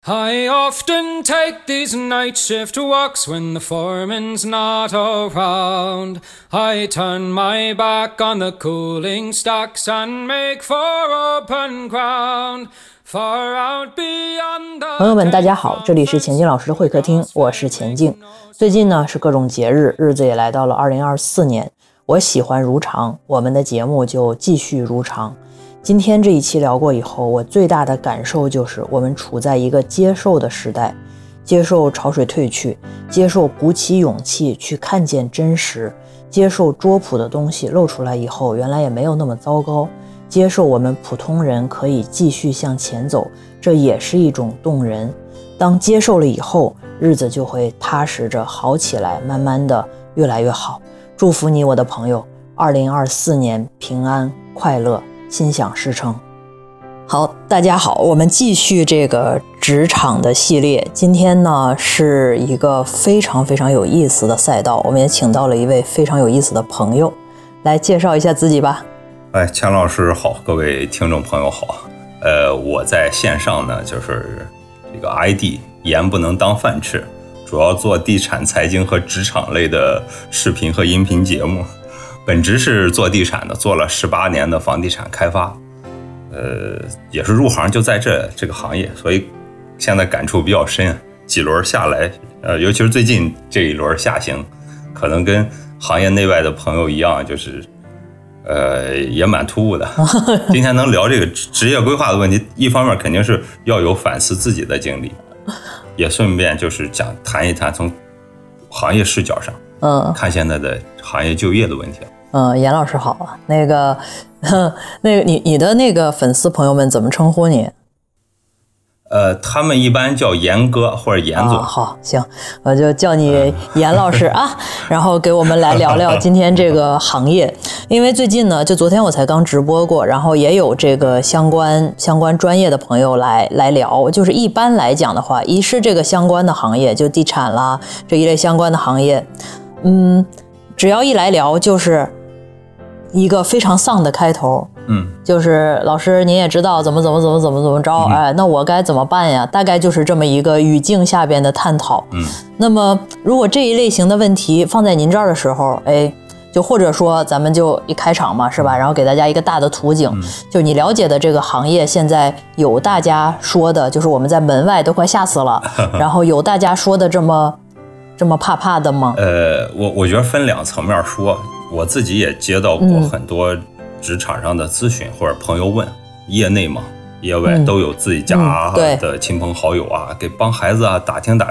I often take these night shift walks when the foreman's not around. I turn my back on the cooling stacks and make for open ground. Far out beyond the... 朋友们大家好，这里是钱静老师的会客厅，我是钱静。最近呢是各种节日，日子也来到了2024年，我喜欢如常，我们的节目就继续如常。今天这一期聊过以后，我最大的感受就是我们处在一个接受的时代，接受潮水退去，接受鼓起勇气去看见真实，接受拙朴的东西露出来以后原来也没有那么糟糕，接受我们普通人可以继续向前走，这也是一种动人。当接受了以后，日子就会踏实着好起来，慢慢的越来越好。祝福你我的朋友，2024年平安快乐，心想事成。好，大家好，我们继续这个职场的系列。今天呢是一个非常非常有意思的赛道，我们也请到了一位非常有意思的朋友，来介绍一下自己吧。 钱老师好，各位听众朋友好。我在线上呢，就是这个 ID 盐不能当饭吃，主要做地产、财经和职场类的视频和音频节目。本职是做地产的，做了18年的房地产开发，也是入行就在这个行业，所以现在感触比较深。几轮下来，尤其是最近这一轮下行，可能跟行业内外的朋友一样，就是也蛮突兀的。今天能聊这个职业规划的问题，一方面肯定是要有反思自己的经历，也顺便就是谈一谈从行业视角上，看现在的行业就业的问题。 严老师好啊，那个你的那个粉丝朋友们怎么称呼你？ 他们一般叫严哥或者严总。 好，行，我就叫你严老师啊。然后给我们来聊聊今天这个行业，因为最近呢，就昨天我才刚直播过，然后也有这个相关专业的朋友来聊。就是一般来讲的话，一是这个相关的行业，就地产啦这一类相关的行业，只要一来聊就是一个非常丧的开头，就是老师您也知道怎么着，那我该怎么办呀？大概就是这么一个语境下边的探讨。那么如果这一类型的问题放在您这儿的时候，就或者说咱们就一开场嘛，是吧？然后给大家一个大的图景，就你了解的这个行业现在有大家说的，就是我们在门外都快吓死了，然后有大家说的这么怕的吗？ 我觉得分两层面说。我自己也接到过很多职场上的咨询或者朋友问，业内嘛，业外都有自己家的亲朋好友啊，给帮孩子啊打听。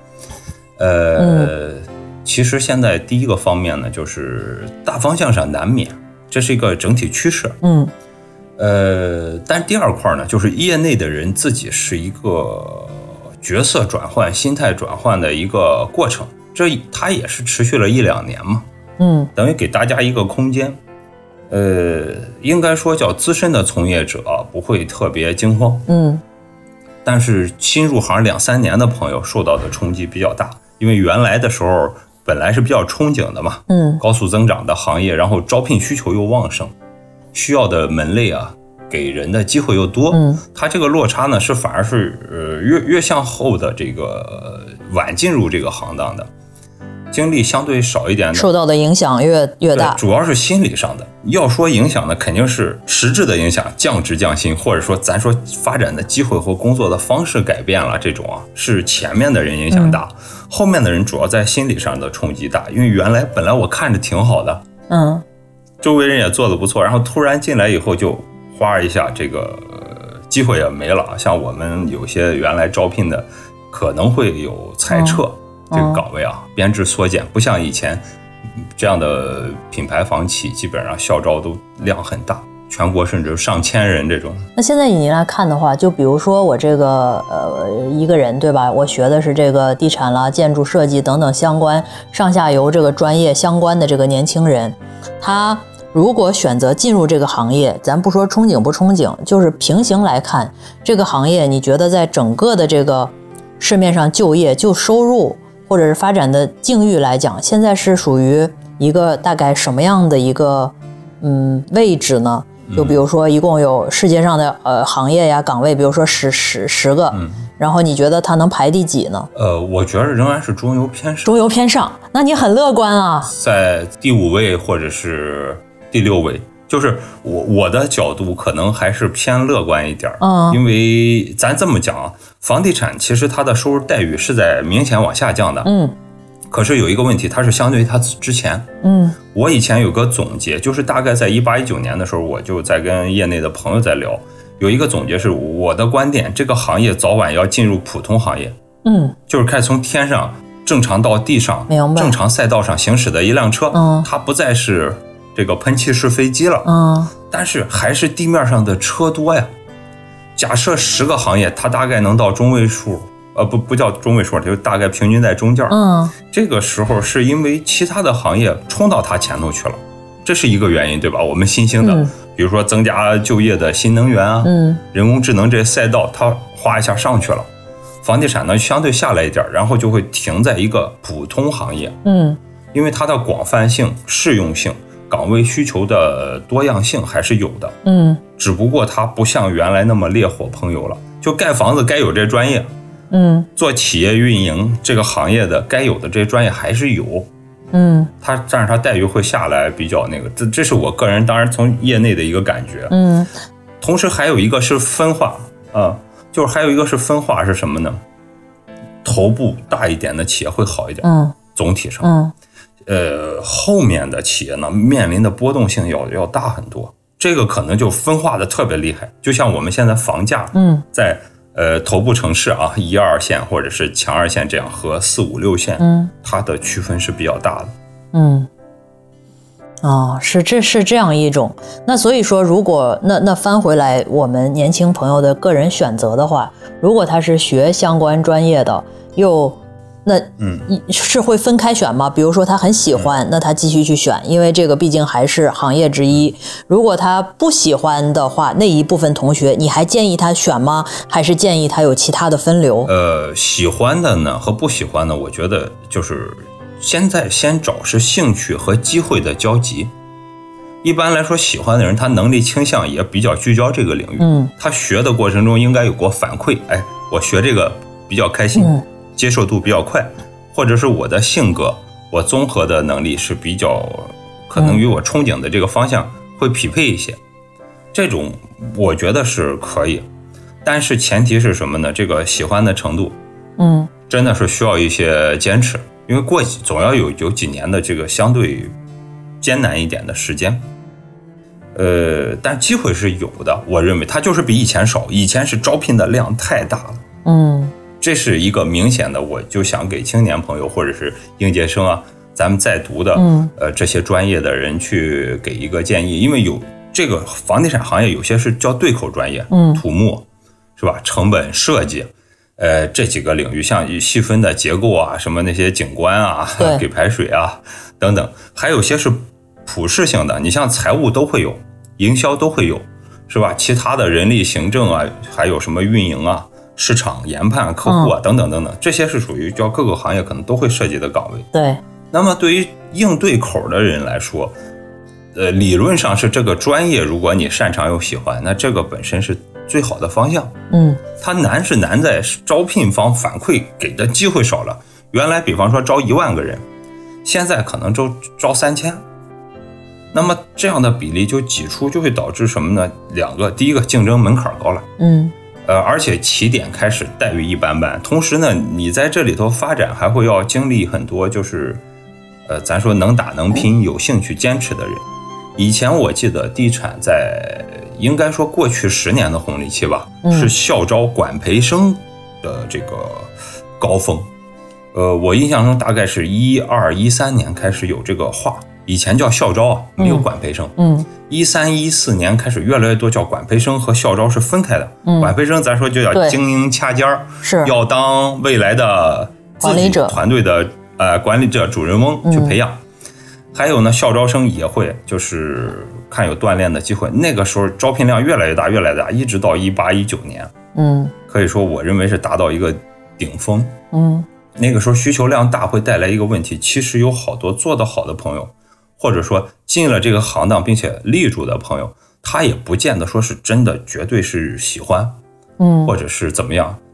其实现在第一个方面呢，就是大方向上难免，这是一个整体趋势。但第二块呢，就是业内的人自己是一个角色转换、心态转换的一个过程，它也是持续了1-2年嘛。等于给大家一个空间，应该说叫资深的从业者不会特别惊慌，但是新入行2-3年的朋友受到的冲击比较大，因为原来的时候本来是比较憧憬的嘛，高速增长的行业，然后招聘需求又旺盛，需要的门类啊，给人的机会又多，它这个落差呢是反而是越向后的这个晚进入这个行当的。经历相对少一点的， 受到的影响越大， 主要是心理上的。要说影响呢，肯定是实质的影响，降职降薪，或者说咱说发展的机会或工作的方式改变了，这种是前面的人影响大，后面的人主要在心理上的冲击大。因为本来我看着挺好的，周围人也做得不错，然后突然进来以后就哗一下，这个机会也没了。像我们有些原来招聘的，可能会有裁撤。这个岗位编制缩减，不像以前这样的品牌房企基本上校招都量很大，全国甚至上千人这种。 那现在以您来看的话，就比如说我这个一个人对吧，我学的是这个地产啦、建筑设计等等相关上下游这个专业相关的这个年轻人，他如果选择进入这个行业，咱不说憧憬不憧憬，就是平行来看这个行业，你觉得在整个的这个市面上就业就收入或者是发展的境遇来讲，现在是属于一个大概什么样的一个位置呢？就比如说一共有世界上的行业呀岗位，比如说十个， 然后你觉得它能排第几呢？ 我觉得仍然是中游偏上。 中游偏上，那你很乐观啊。 在第5位或者是第6位，就是我的角度可能还是偏乐观一点。因为咱这么讲，房地产其实它的收入待遇是在明显往下降的。可是有一个问题，它是相对于它之前。我以前有个总结，就是大概在18、19年的时候，我就在跟业内的朋友在聊，有一个总结是我的观点，这个行业早晚要进入普通行业。就是开始从天上正常到地上，正常赛道上行驶的一辆车，它不再是这个喷气式飞机了。但是还是地面上的车多呀。假设10个行业，它大概能到中位数。不叫中位数，就大概平均在中间。这个时候是因为其他的行业冲到它前头去了，这是一个原因，对吧？我们新兴的，比如说增加就业的新能源啊，人工智能这些赛道，它哗一下上去了。房地产呢相对下来一点，然后就会停在一个普通行业。因为它的广泛性、适用性、岗位需求的多样性还是有的。只不过它不像原来那么烈火烹油了，就盖房子该有这专业。做企业运营这个行业的该有的这些专业还是有。但是它待遇会下来比较那个，这是我个人当然从业内的一个感觉。同时还有一个是分化就是还有一个是分化是什么呢？头部大一点的企业会好一点。总体上。后面的企业呢面临的波动性要大很多，这个可能就分化的特别厉害。就像我们现在房价在头部城市啊，1、2线或者是强2线这样和4、5、6线，它的区分是比较大的。 是这样一种。那所以说，如果那翻回来，我们年轻朋友的个人选择的话，如果他是学相关专业的，是会分开选吗？比如说他很喜欢，那他继续去选，因为这个毕竟还是行业之一。如果他不喜欢的话，那一部分同学你还建议他选吗？还是建议他有其他的分流？ 喜欢的呢和不喜欢的，我觉得就是先找是兴趣和机会的交集。一般来说，喜欢的人他能力倾向也比较聚焦这个领域。他学的过程中应该有过反馈，我学这个比较开心。接受度比较快，或者是我的性格，我综合的能力是比较可能与我憧憬的这个方向会匹配一些，这种我觉得是可以。但是前提是什么呢？这个喜欢的程度真的是需要一些坚持，因为总要有几年的这个相对艰难一点的时间。但机会是有的，我认为它就是比以前少，以前是招聘的量太大了。这是一个明显的，我就想给青年朋友或者是应届生啊，咱们在读的这些专业的人去给一个建议。因为有这个房地产行业有些是叫对口专业，土木是吧，成本设计，这几个领域像细分的结构啊，什么那些景观啊，给排水啊等等，还有些是普适性的，你像财务都会有，营销都会有，是吧？其他的人力行政啊，还有什么运营啊，市场研判、客户啊等等等等，这些是属于叫各个行业可能都会涉及的岗位。 对。 那么对于应对口的人来说，理论上是这个专业，如果你擅长又喜欢，那这个本身是最好的方向。它难是难在招聘方反馈给的机会少了。原来比方说招1万个人，现在可能招3000。那么这样的比例就挤出，就会导致什么呢？2个，第一个竞争门槛高了。而且起点开始待遇一般般，同时呢，你在这里头发展还会要经历很多，就是咱说能打能拼、有兴趣坚持的人。以前我记得地产在应该说过去10年的红利期吧，是校招管培生的这个高峰。我印象中大概是12、13年开始有这个话，以前叫校招啊，没有管培生。13、14年开始越来越多叫管培生和校招是分开的。管培生咱说就叫精英掐尖儿，要当未来的自己团队的管理者、主人翁去培养。还有呢，校招生也会就是看有锻炼的机会。那个时候招聘量越来越大，越来越大，一直到18、19年，可以说我认为是达到一个顶峰。那个时候需求量大会带来一个问题，其实有好多做得好的朋友，或者说进了这个行当并且立住的朋友，他也不见得说是真的绝对是喜欢，或者是怎么样，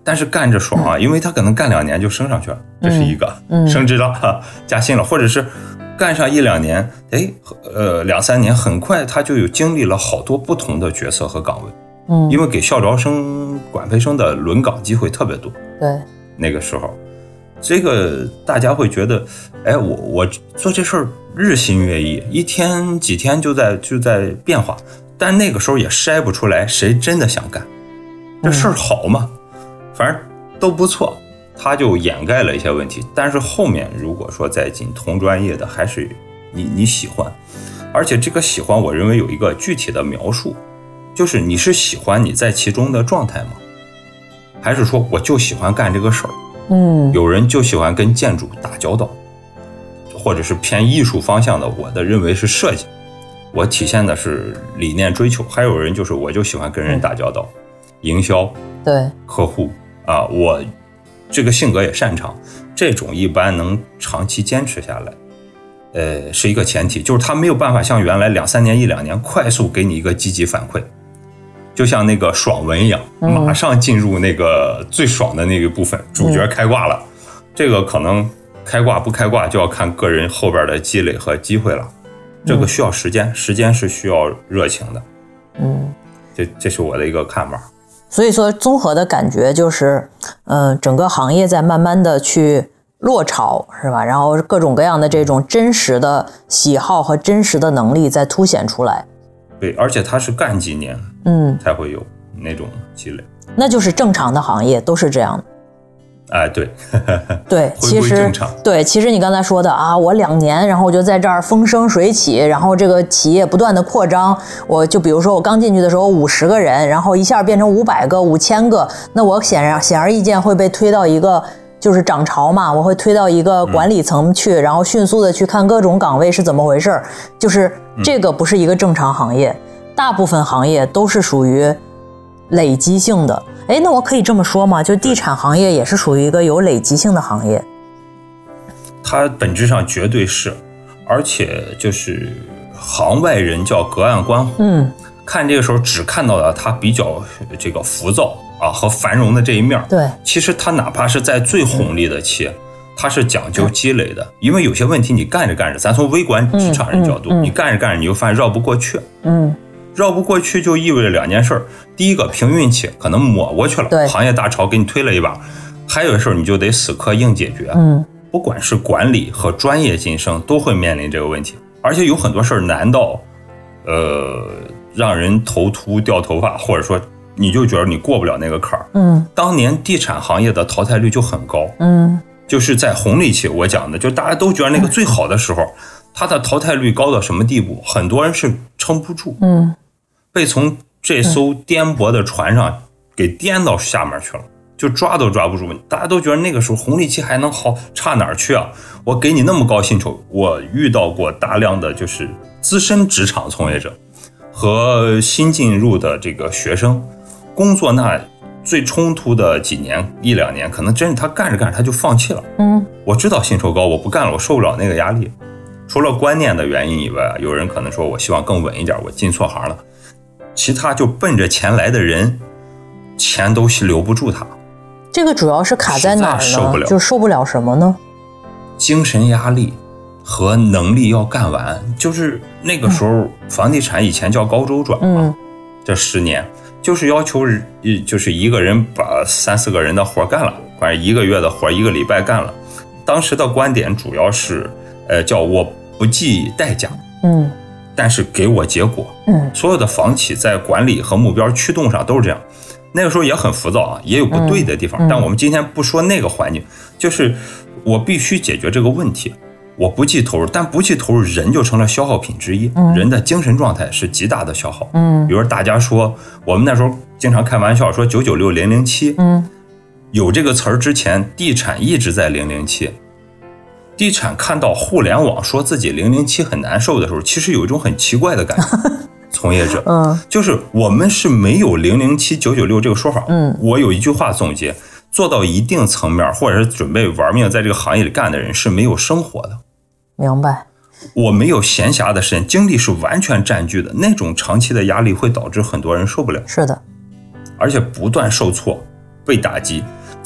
但是干着爽啊，因为他可能干2年就升上去了，这是一个升职了，加薪了，或者是干上1、2年，2、3年，很快他就有经历了好多不同的角色和岗位，因为给校招生、管培生的轮岗机会特别多。 对， 那个时候，这个大家会觉得，我做这事儿日新月异，一天几天就在变化，但那个时候也筛不出来谁真的想干，这事儿好吗？反正都不错，他就掩盖了一些问题。但是后面如果说再进同专业的，还是你喜欢，而且这个喜欢，我认为有一个具体的描述，就是你是喜欢你在其中的状态吗？还是说我就喜欢干这个事儿？有人就喜欢跟建筑打交道，或者是偏艺术方向的，我的认为是设计，我体现的是理念追求。还有人就是我就喜欢跟人打交道，营销， 对， 客户啊，我这个性格也擅长，这种一般能长期坚持下来，是一个前提，就是他没有办法像原来2、3年、1、2年快速给你一个积极反馈，就像那个爽文一样，马上进入那个最爽的那个部分，主角开挂了，这个可能开挂不开挂就要看个人后边的积累和机会了，这个需要时间，时间是需要热情的。这是我的一个看法。 所以说综合的感觉就是，整个行业在慢慢的去落潮，是吧？然后各种各样的这种真实的喜好和真实的能力在凸显出来。 对，而且它是干几年，才会有那种积累。 那就是正常的行业都是这样的。 对， 对， 回归正常。 对，其实你刚才说的啊，我2年，然后我就在这儿风生水起，然后这个企业不断的扩张，我就比如说我刚进去的时候50个人，然后一下变成500个、5000个，那我显而易见会被推到一个就是涨潮嘛，我会推到一个管理层去，然后迅速的去看各种岗位是怎么回事，就是这个不是一个正常行业，大部分行业都是属于累积性的。那我可以这么说吗？就地产行业也是属于一个有累积性的行业。 它本质上绝对是，而且就是行外人叫隔岸观火，看这个时候只看到了它比较这个浮躁啊和繁荣的这一面。 对， 其实它哪怕是在最红利的期，它是讲究积累的，因为有些问题你干着干着，咱从微观职场人角度，你干着干着你就发现绕不过去。绕不过去就意味着2件事，第一个凭运气可能抹过去了，行业大潮给你推了一把，还有的时候你就得死磕硬解决。不管是管理和专业晋升都会面临这个问题，而且有很多事儿难到让人头秃掉头发，或者说你就觉得你过不了那个坎儿。当年地产行业的淘汰率就很高。就是在红利期，我讲的就大家都觉得那个最好的时候，它的淘汰率高到什么地步，很多人是撑不住。被从这艘颠簸的船上给颠到下面去了，就抓都抓不住。大家都觉得那个时候红利期还能好，差哪儿去啊？我给你那么高薪酬，我遇到过大量的就是资深职场从业者和新进入的这个学生，工作那最冲突的几年1、2年，可能真是他干着干着他就放弃了。我知道薪酬高，我不干了，我受不了那个压力。除了观念的原因以外，有人可能说我希望更稳一点，我进错行了。其他就奔着钱来的人，钱都留不住他。这个主要是卡在哪儿呢？就受不了什么呢？精神压力和能力要干完。就是那个时候，房地产以前叫高周转嘛，这10年就是要求就是一个人把3、4个人的活干了，反正1个月的活1个礼拜干了。当时的观点主要是，叫我不计代价。但是给我结果。所有的房企在管理和目标驱动上都是这样。那个时候也很浮躁啊，也有不对的地方，但我们今天不说那个环境，就是我必须解决这个问题，我不计投入，但不计投入人就成了消耗品之一，人的精神状态是极大的消耗。比如大家说我们那时候经常开玩笑说996、007，有这个词儿之前，地产一直在007。地产看到互联网说自己007很难受的时候，其实有一种很奇怪的感觉。从业者，就是我们是没有007、996这个说法。我有一句话总结：做到一定层面，或者是准备玩命在这个行业里干的人是没有生活的。明白。我没有闲暇的时间，精力是完全占据的，那种长期的压力会导致很多人受不了。是的，而且不断受挫、被打击。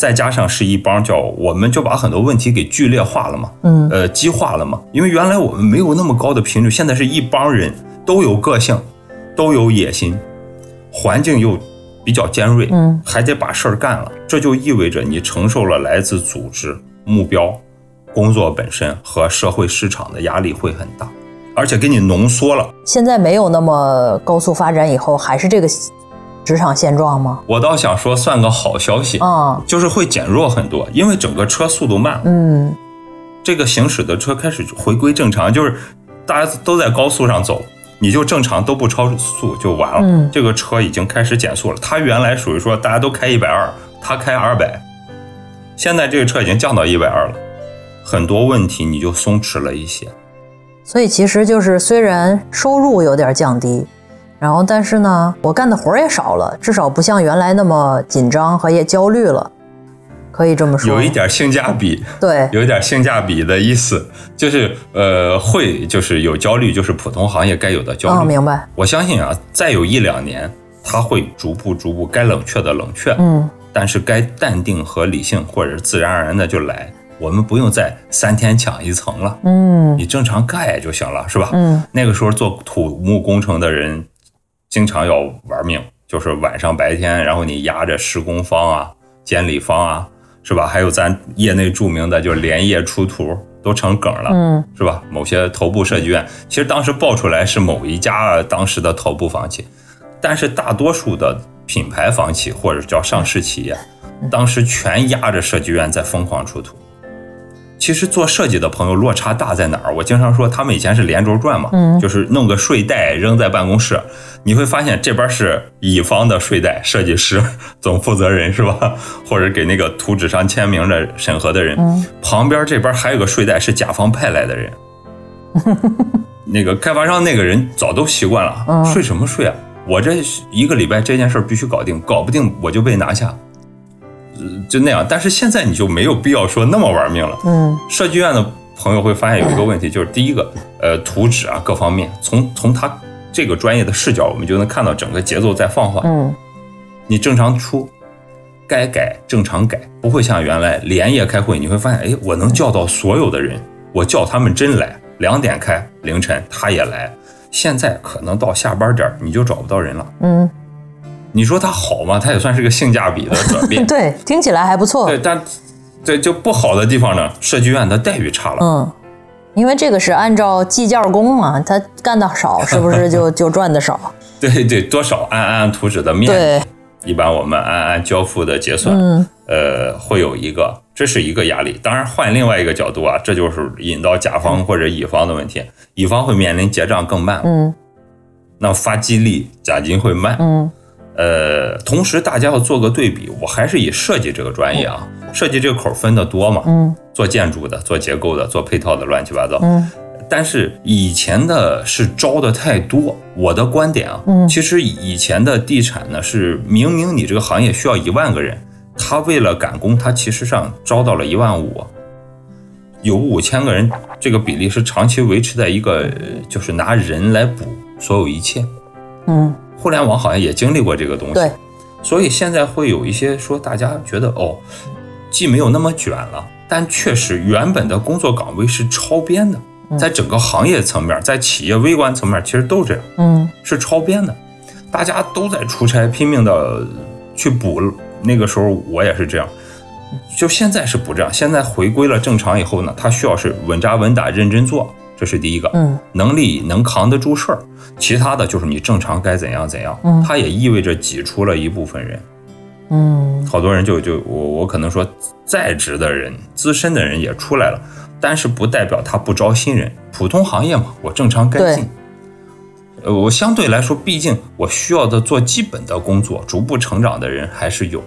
再加上是一帮我们就把很多问题给剧烈化了嘛，激化了嘛。因为原来我们没有那么高的频率，现在是一帮人都有个性，都有野心，环境又比较尖锐，还得把事儿干了，这就意味着你承受了来自组织、目标、工作本身和社会市场的压力会很大，而且给你浓缩了。 现在没有那么高速发展以后，还是这个职场现状吗？ 我倒想说算个好消息，就是会减弱很多，因为整个车速度慢了，这个行驶的车开始回归正常，就是大家都在高速上走，你就正常都不超速就完了，这个车已经开始减速了。它原来属于说大家都开120，它开200，现在这个车已经降到120了，很多问题你就松弛了一些。 所以其实就是虽然收入有点降低，然后但是呢，我干的活也少了，至少不像原来那么紧张和也焦虑了，可以这么说。 有一点性价比， 对， 有一点性价比的意思，就是就是有焦虑，就是普通行业该有的焦虑。 明白。 我相信啊，再有1-2年，它会逐步该冷却的冷却，但是该淡定和理性或者是自然而然的就来。我们不用再3天抢一层了，你正常盖就行了，是吧？那个时候做土木工程的人经常要玩命，就是晚上白天，然后你压着施工方啊、监理方啊，是吧？还有咱业内著名的就连夜出图，都成梗了，是吧？某些头部设计院，其实当时爆出来是某一家当时的头部房企，但是大多数的品牌房企或者叫上市企业，当时全压着设计院在疯狂出图。其实做设计的朋友落差大在哪儿？我经常说他们以前是连轴转嘛，就是弄个睡袋扔在办公室，你会发现这边是乙方的睡袋设计师总负责人，是吧？或者给那个图纸上签名的审核的人，旁边这边还有个睡袋是甲方派来的人那个开发商那个人早都习惯了，睡什么睡啊？我这1个礼拜这件事必须搞定，搞不定我就被拿下，就那样。但是现在你就没有必要说那么玩命了。设计院的朋友会发现有一个问题，就是第一个，图纸啊各方面，从他这个专业的视角，我们就能看到整个节奏在放缓。你正常出，该改正常改，不会像原来连夜开会，你会发现，我能叫到所有的人，我叫他们真来，2点开，凌晨他也来。现在可能到下班点你就找不到人了。你说它好吗？它也算是个性价比的转变。 对，听起来还不错。 对，但对就不好的地方呢，设计院的待遇差了。 因为这个是按照计件工嘛，他干的少，是不是就赚的少？ 对对，多少按图纸的面积，一般我们按交付的结算，会有一个，这是一个压力。当然换另外一个角度啊，这就是引到甲方或者乙方的问题，乙方会面临结账更慢，那发激励奖金会慢，同时大家要做个对比，我还是以设计这个专业啊，设计这个口分的多嘛，做建筑的、做结构的、做配套的，乱七八糟。但是以前的是招的太多，我的观点啊，其实以前的地产呢是明明你这个行业需要1万个人，他为了赶工，他其实上招到了15000，有5000个人，这个比例是长期维持在一个就是拿人来补所有一切。互联网好像也经历过这个东西， 对， 所以现在会有一些说大家觉得既没有那么卷了，但确实原本的工作岗位是超编的，在整个行业层面，在企业微观层面其实都这样，是超编的，大家都在出差拼命的去补。那个时候我也是这样，就现在是不这样，现在回归了正常以后呢，他需要是稳扎稳打认真做，这是第一个，能力能扛得住事儿，其他的就是你正常该怎样怎样，它也意味着挤出了一部分人，好多人我可能说在职的人、资深的人也出来了，但是不代表他不招新人，普通行业嘛，我正常该进。我相对来说，毕竟我需要的做基本的工作，逐步成长的人还是有。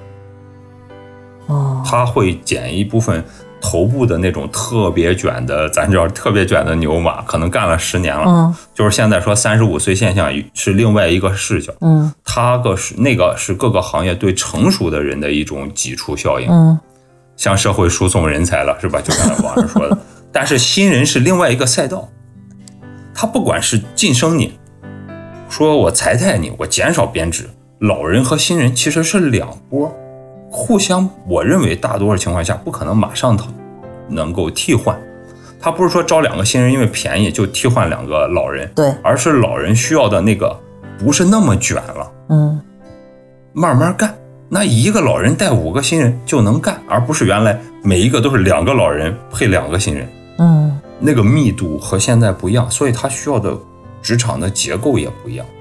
他会减一部分头部的那种特别卷的，咱知道特别卷的牛马，可能干了10年了，就是现在说35岁现象是另外一个视角，那个是各个行业对成熟的人的一种挤出效应，向社会输送人才了，是吧？就刚才网上说的。但是新人是另外一个赛道，他不管是晋升你，说我裁汰你，我减少编制，老人和新人其实是2波。 互相，我认为大多数情况下不可能马上能够替换。他不是说招2个新人因为便宜就替换2个老人， 对， 而是老人需要的那个不是那么卷了，慢慢干。那1个老人带5个新人就能干，而不是原来每一个都是2个老人配2个新人，那个密度和现在不一样，所以他需要的职场的结构也不一样。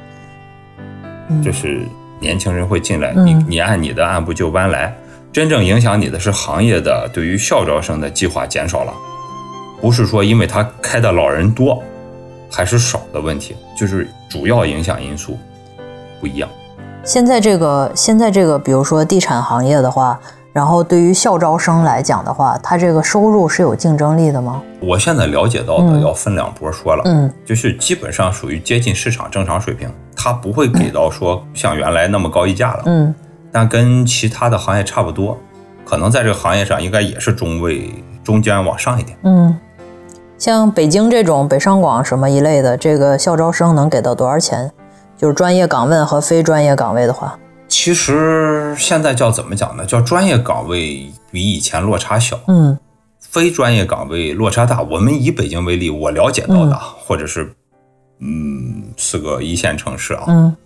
就是年轻人会进来，你按你的按部就班来，真正影响你的是行业的对于校招生的计划减少了，不是说因为他开的老人多还是少的问题，就是主要影响因素不一样。 现在这个比如说地产行业的话，然后对于校招生来讲的话，它这个收入是有竞争力的吗？ 我现在了解到的要分2波说了，就是基本上属于接近市场正常水平，它不会给到说像原来那么高溢价了，但跟其他的行业差不多，可能在这个行业上应该也是中间往上一点。 像北京这种北上广什么一类的，这个校招生能给到多少钱？就是专业岗位和非专业岗位的话， 其实现在叫怎么讲呢？叫专业岗位比以前落差小，非专业岗位落差大。我们以北京为例，我了解到的，或者是4个1线城市啊，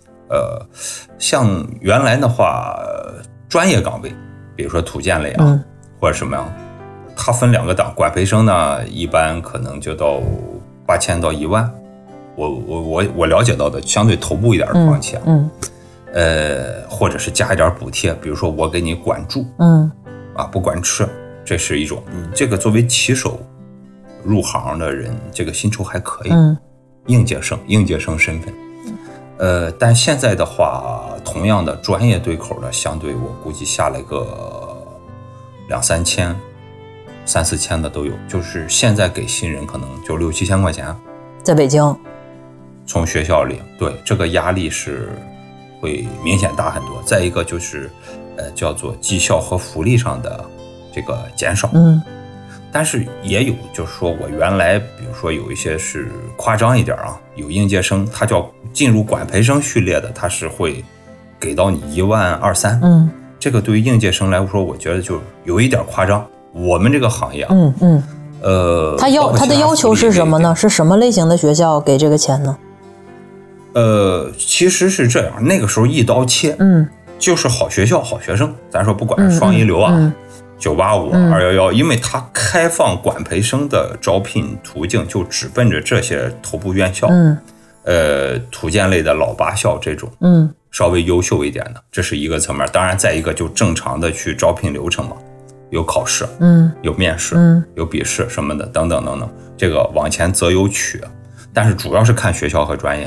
像原来的话，专业岗位，比如说土建类啊，或者什么样，它分2个档，管培生呢，一般可能就到8000到1万。我了解到的相对头部一点的房企啊，或者是加一点补贴，比如说我给你管住，不管吃，这是一种。你这个作为起手入行的人，这个薪酬还可以，应届生身份。但现在的话，同样的专业对口的，相对我估计下来个2-3千、3-4千的都有，就是现在给新人可能就6-7千块钱， 在北京。 从学校里，对，这个压力是会明显大很多。再一个就是叫做绩效和福利上的这个减少，但是也有就是说我原来比如说有一些是夸张一点啊，有应届生他叫进入管培生序列的，他是会给到你1.2-3万，这个对于应届生来说我觉得就有一点夸张。我们这个行业他的要求是什么呢？是什么类型的学校给这个钱呢？ 其实是这样，那个时候一刀切，就是好学校好学生，咱说不管是双一流啊，985、211，因为它开放管培生的招聘途径就只奔着这些头部院校，土建类的老8校这种，稍微优秀一点的，这是一个层面。当然再一个就正常的去招聘流程嘛，有考试，有面试，有笔试什么的，等等等等，这个往前择优取，但是主要是看学校和专业。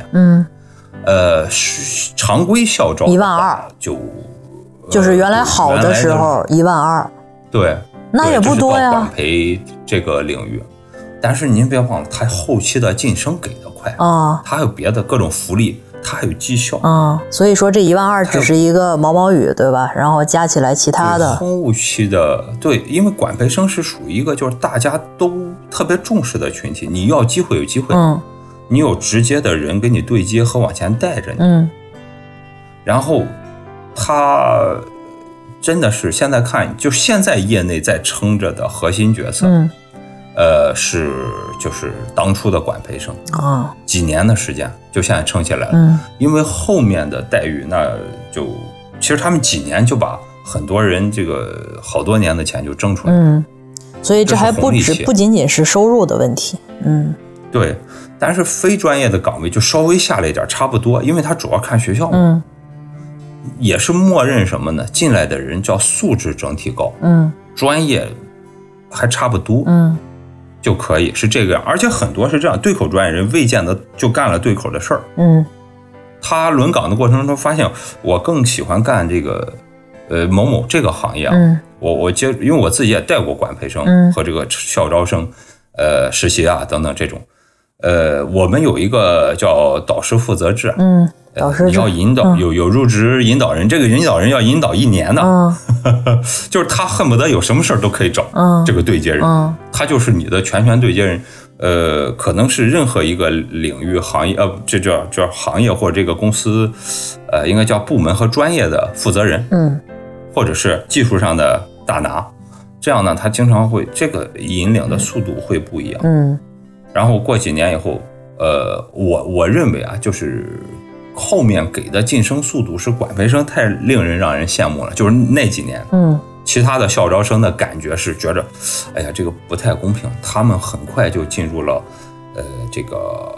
常规校招 1.2万，就是原来好的时候1.2万， 对， 那也不多呀。 管培这个领域，但是您别忘了，他后期的晋升给的快啊，他还有别的各种福利，他还有绩效啊，所以说这1.2万只是一个毛雨，对吧？然后加起来其他的后期的，对，因为管培生是属于一个就是大家都特别重视的群体，你要机会有机会，你有直接的人跟你对接和往前带着你，然后他真的是现在看，就现在业内在撑着的核心角色，是就是当初的管培生啊，几年的时间就现在撑起来了，因为后面的待遇那就其实他们几年就把很多人这个好多年的钱就挣出来了， 所以这还不仅仅是收入的问题， 对，但是非专业的岗位就稍微下来一点，差不多，因为他主要看学校，也是默认什么呢？进来的人叫素质整体高，专业还差不多，就可以是这个样。而且很多是这样，对口专业人未见得就干了对口的事儿，他轮岗的过程中发现，我更喜欢干这个某某这个行业，我因为我自己也带过管培生和这个校招生，实习啊等等这种。我们有一个叫导师负责制， 导师你要引导，有入职引导人，这个引导人要引导1年呢，就是他恨不得有什么事儿都可以找这个对接人，他就是你的全权对接人，可能是任何一个领域行业，这叫行业或者这个公司，应该叫部门和专业的负责人， 或者是技术上的大拿，这样呢，他经常会这个引领的速度会不一样。然后过几年以后，我认为啊，就是后面给的晋升速度是管培生太让人羡慕了，就是那几年，其他的校招生的感觉是觉着，哎呀，这个不太公平，他们很快就进入了，这个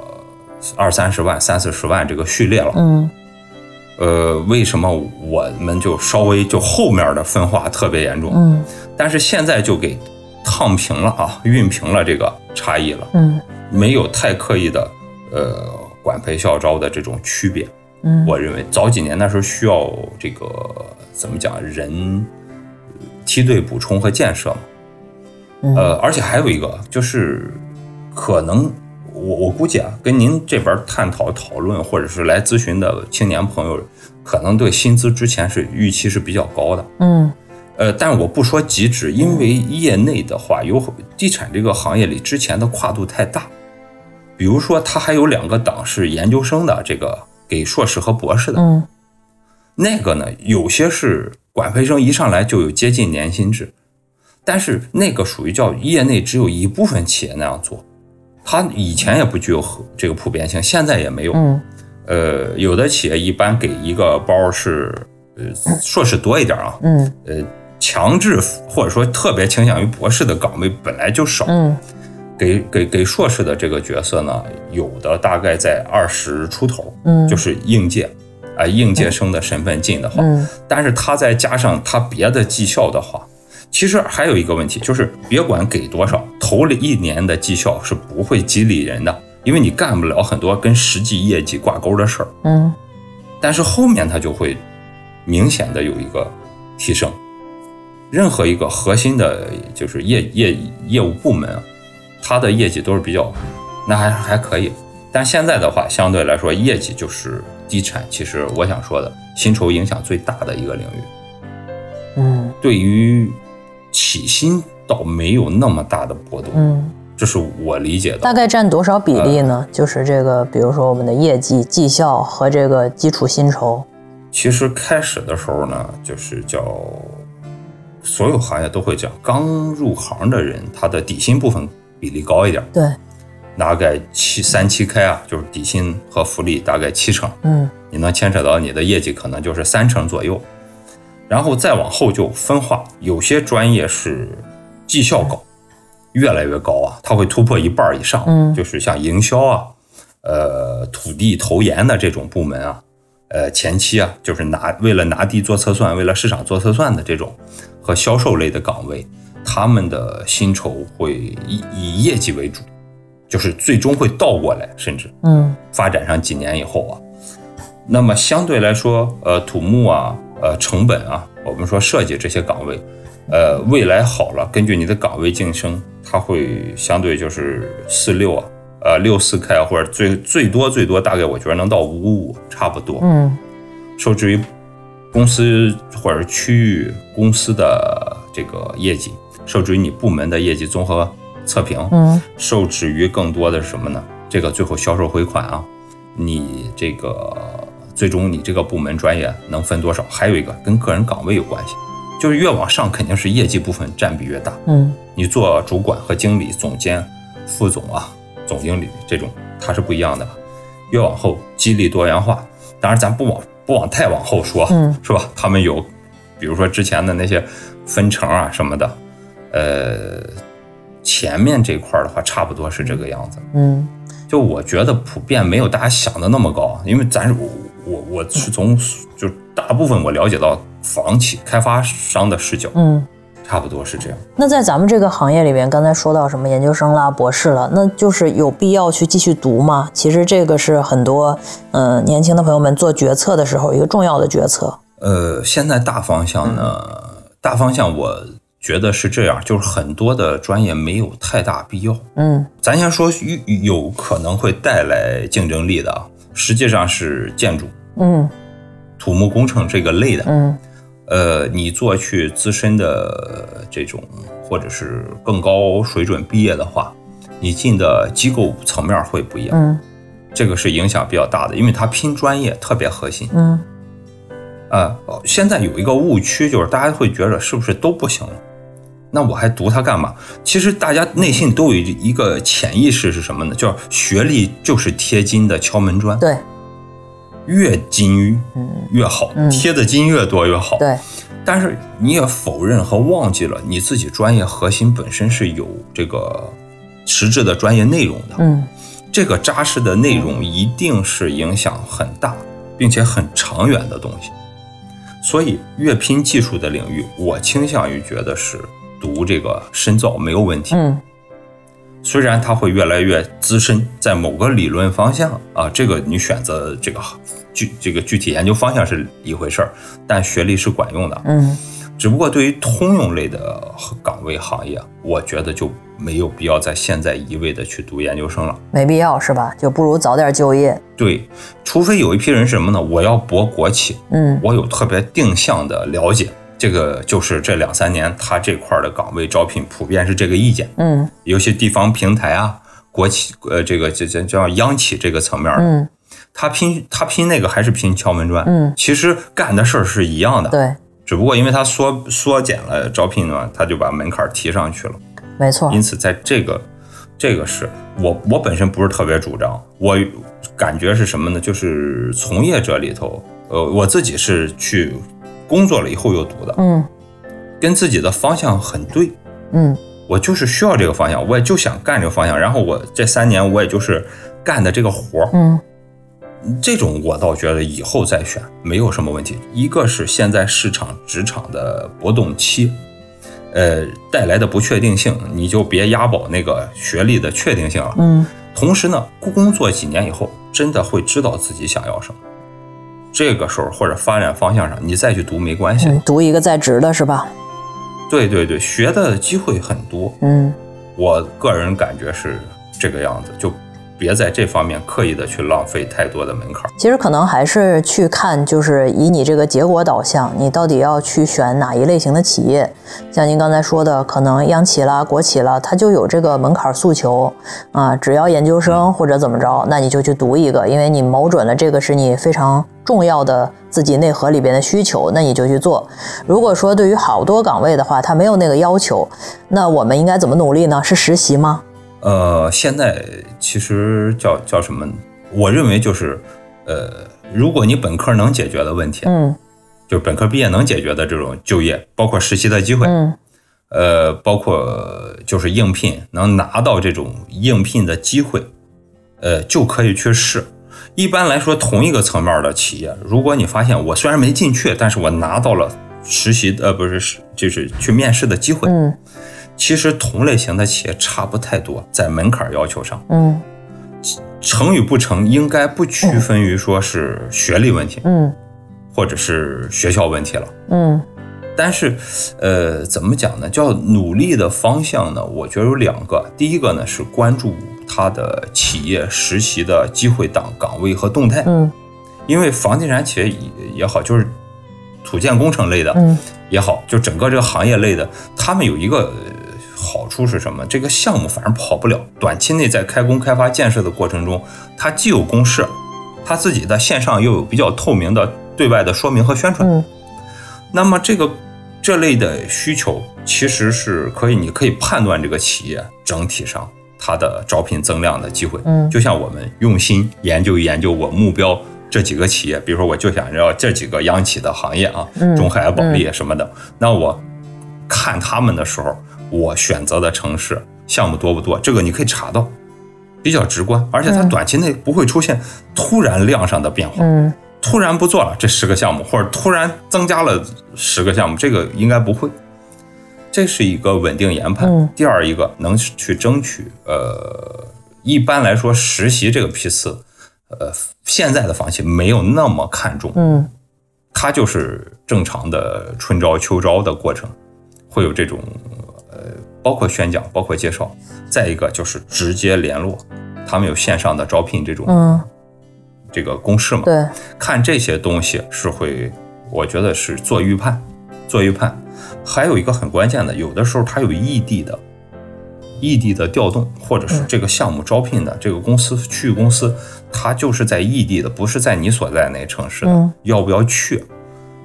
20-30万、30-40万这个序列了。为什么我们就稍微就后面的分化特别严重？但是现在就给烫平了啊，熨平了这个差异了。没有太刻意的管培校招的这种区别。我认为早几年那时候需要这个怎么讲，人梯队补充和建设嘛。而且还有一个就是可能我估计啊，跟您这边讨论或者是来咨询的青年朋友，可能对薪资之前是预期是比较高的。但我不说极致，因为业内的话，有地产这个行业里之前的跨度太大。比如说，它还有2个档是研究生的，这个给硕士和博士的。那个呢，有些是管培生一上来就有接近年薪制，但是那个属于叫业内只有一部分企业那样做。它以前也不具有这个普遍性，现在也没有。有的企业一般给一个包是硕士多一点啊。强制或者说特别倾向于博士的岗位本来就少。给硕士的这个角色呢，有的大概在20出头。就是应届应届生的身份进的话。但是他再加上他别的绩效的话，其实还有一个问题，就是别管给多少，头1年的绩效是不会激励人的，因为你干不了很多跟实际业绩挂钩的事儿。但是后面它就会明显的有一个提升。任何一个核心的就是业务部门啊，它的业绩都是比较那还可以。但现在的话，相对来说业绩就是地产，其实我想说的薪酬影响最大的一个领域。对于起薪倒没有那么大的波动。这是我理解的。 大概占多少比例呢？就是这个，比如说我们的业绩、绩效和这个基础薪酬。 其实开始的时候呢，就是叫所有行业都会这样，刚入行的人，他的底薪部分比例高一点。 对， 大概3-7开啊，就是底薪和福利大概7成。你能牵扯到你的业绩可能就是3成左右。然后再往后就分化，有些专业是绩效高，越来越高啊，它会突破1半以上。就是像营销啊，土地投研的这种部门啊，前期啊，就是为了拿地做测算，为了市场做测算的这种和销售类的岗位，他们的薪酬会以业绩为主，就是最终会倒过来，甚至发展上几年以后啊，那么相对来说，土木啊，成本啊，我们说设计这些岗位，未来好了，根据你的岗位晋升，它会相对就是4-6啊，6-4开，或者最多大概我觉得能到5-5差不多。受制于公司或者区域公司的这个业绩，受制于你部门的业绩综合测评，受制于更多的是什么呢？这个最后销售回款啊，你这个最终你这个部门专业能分多少？还有一个跟个人岗位有关系，就是越往上肯定是业绩部分占比越大。你做主管和经理、总监、副总啊、总经理这种，它是不一样的。越往后激励多元化，当然咱不往太往后说，是吧？他们有，比如说之前的那些分成啊什么的，前面这块的话，差不多是这个样子。就我觉得普遍没有大家想的那么高，因为我是从就大部分我了解到房企开发商的视角，差不多是这样。 那在咱们这个行业里边，刚才说到什么研究生啦、博士了，那就是有必要去继续读吗？其实这个是很多年轻的朋友们做决策的时候一个重要的决策。 现在大方向呢，大方向我觉得是这样，就是很多的专业没有太大必要。咱先说有可能会带来竞争力的，实际上是建筑、土木工程这个类的。你做去资深的这种或者是更高水准毕业的话，你进的机构层面会不一样。这个是影响比较大的，因为它拼专业特别核心。 现在有一个误区，就是大家会觉得是不是都不行了？那我还读它干嘛？其实大家内心都有一个潜意识是什么呢？叫学历就是贴金的敲门砖。 对， 越金越好，贴的金越多越好。 对， 但是你也否认和忘记了你自己专业核心本身是有这个实质的专业内容的。这个扎实的内容一定是影响很大并且很长远的东西。所以越拼技术的领域，我倾向于觉得是读这个深造没有问题。虽然它会越来越资深，在某个理论方向啊，这个你选择这个具体研究方向是一回事儿，但学历是管用的。只不过对于通用类的岗位行业，我觉得就没有必要在现在一味的去读研究生了， 没必要是吧？就不如早点就业。 对，除非有一批人是什么呢？我要博国企，我有特别定向的了解。这个就是这2-3年他这块的岗位招聘普遍是这个意见。尤其地方平台啊，国企这叫央企这个层面，他拼那个还是拼敲门砖。其实干的事儿是一样的。 对， 只不过因为他缩减了招聘呢，他就把门槛提上去了。 没错。 因此在这个是我本身不是特别主张，我感觉是什么呢？就是从业者里头，我自己是去工作了以后又读的，跟自己的方向很对，我就是需要这个方向，我也就想干这个方向，然后我这3年我也就是干的这个活，这种我倒觉得以后再选没有什么问题。一个是现在市场职场的波动期，带来的不确定性，你就别押宝那个学历的确定性了。同时呢，工作几年以后，真的会知道自己想要什么。这个时候或者发展方向上，你再去读没关系。 读一个在职的是吧？ 对对对，学的机会很多。我个人感觉是这个样子，就别在这方面刻意的去浪费太多的门槛。 其实可能还是去看，就是以你这个结果导向，你到底要去选哪一类型的企业。像您刚才说的，可能央企啦、国企啦，它就有这个门槛诉求啊，只要研究生或者怎么着，那你就去读一个，因为你瞄准了这个是你非常重要的自己内核里边的需求，那你就去做。如果说对于好多岗位的话，它没有那个要求，那我们应该怎么努力呢？是实习吗？ 现在其实叫什么？我认为就是，如果你本科能解决的问题，就是本科毕业能解决的这种就业，包括实习的机会，包括就是应聘能拿到这种应聘的机会，就可以去试。一般来说，同一个层面的企业，如果你发现我虽然没进去，但是我拿到了实习就是去面试的机会，其实同类型的企业差不太多，在门槛要求上，成与不成应该不区分于说是学历问题，或者是学校问题了，但是怎么讲呢？叫努力的方向呢，我觉得有2个。第一个呢是关注它的企业实习的机会岗位和动态，因为房地产企业也好，就是土建工程类的也好，就整个这个行业类的，他们有一个好处是什么？这个项目反正跑不了，短期内在开工开发建设的过程中，它既有公示，它自己的线上又有比较透明的对外的说明和宣传。那么这类的需求其实是你可以判断这个企业整体上它的招聘增量的机会。就像我们用心研究我目标这几个企业，比如说我就想要这几个央企的行业啊，中海保利什么的，那我看他们的时候，我选择的城市项目多不多，这个你可以查到，比较直观，而且它短期内不会出现突然量上的变化，突然不做了这10个项目，或者突然增加了10个项目，这个应该不会。这是一个稳定研判。第二一个能去争取，一般来说实习这个批次，现在的房企没有那么看重，它就是正常的春招秋招的过程，会有这种包括宣讲，包括介绍。再一个就是直接联络，他们有线上的招聘这种，这个公示嘛， 对， 看这些东西是会，我觉得是做预判。还有一个很关键的，有的时候它有异地的调动，或者是这个项目招聘的这个公司区域公司，它就是在异地的，不是在你所在那城市的，要不要去？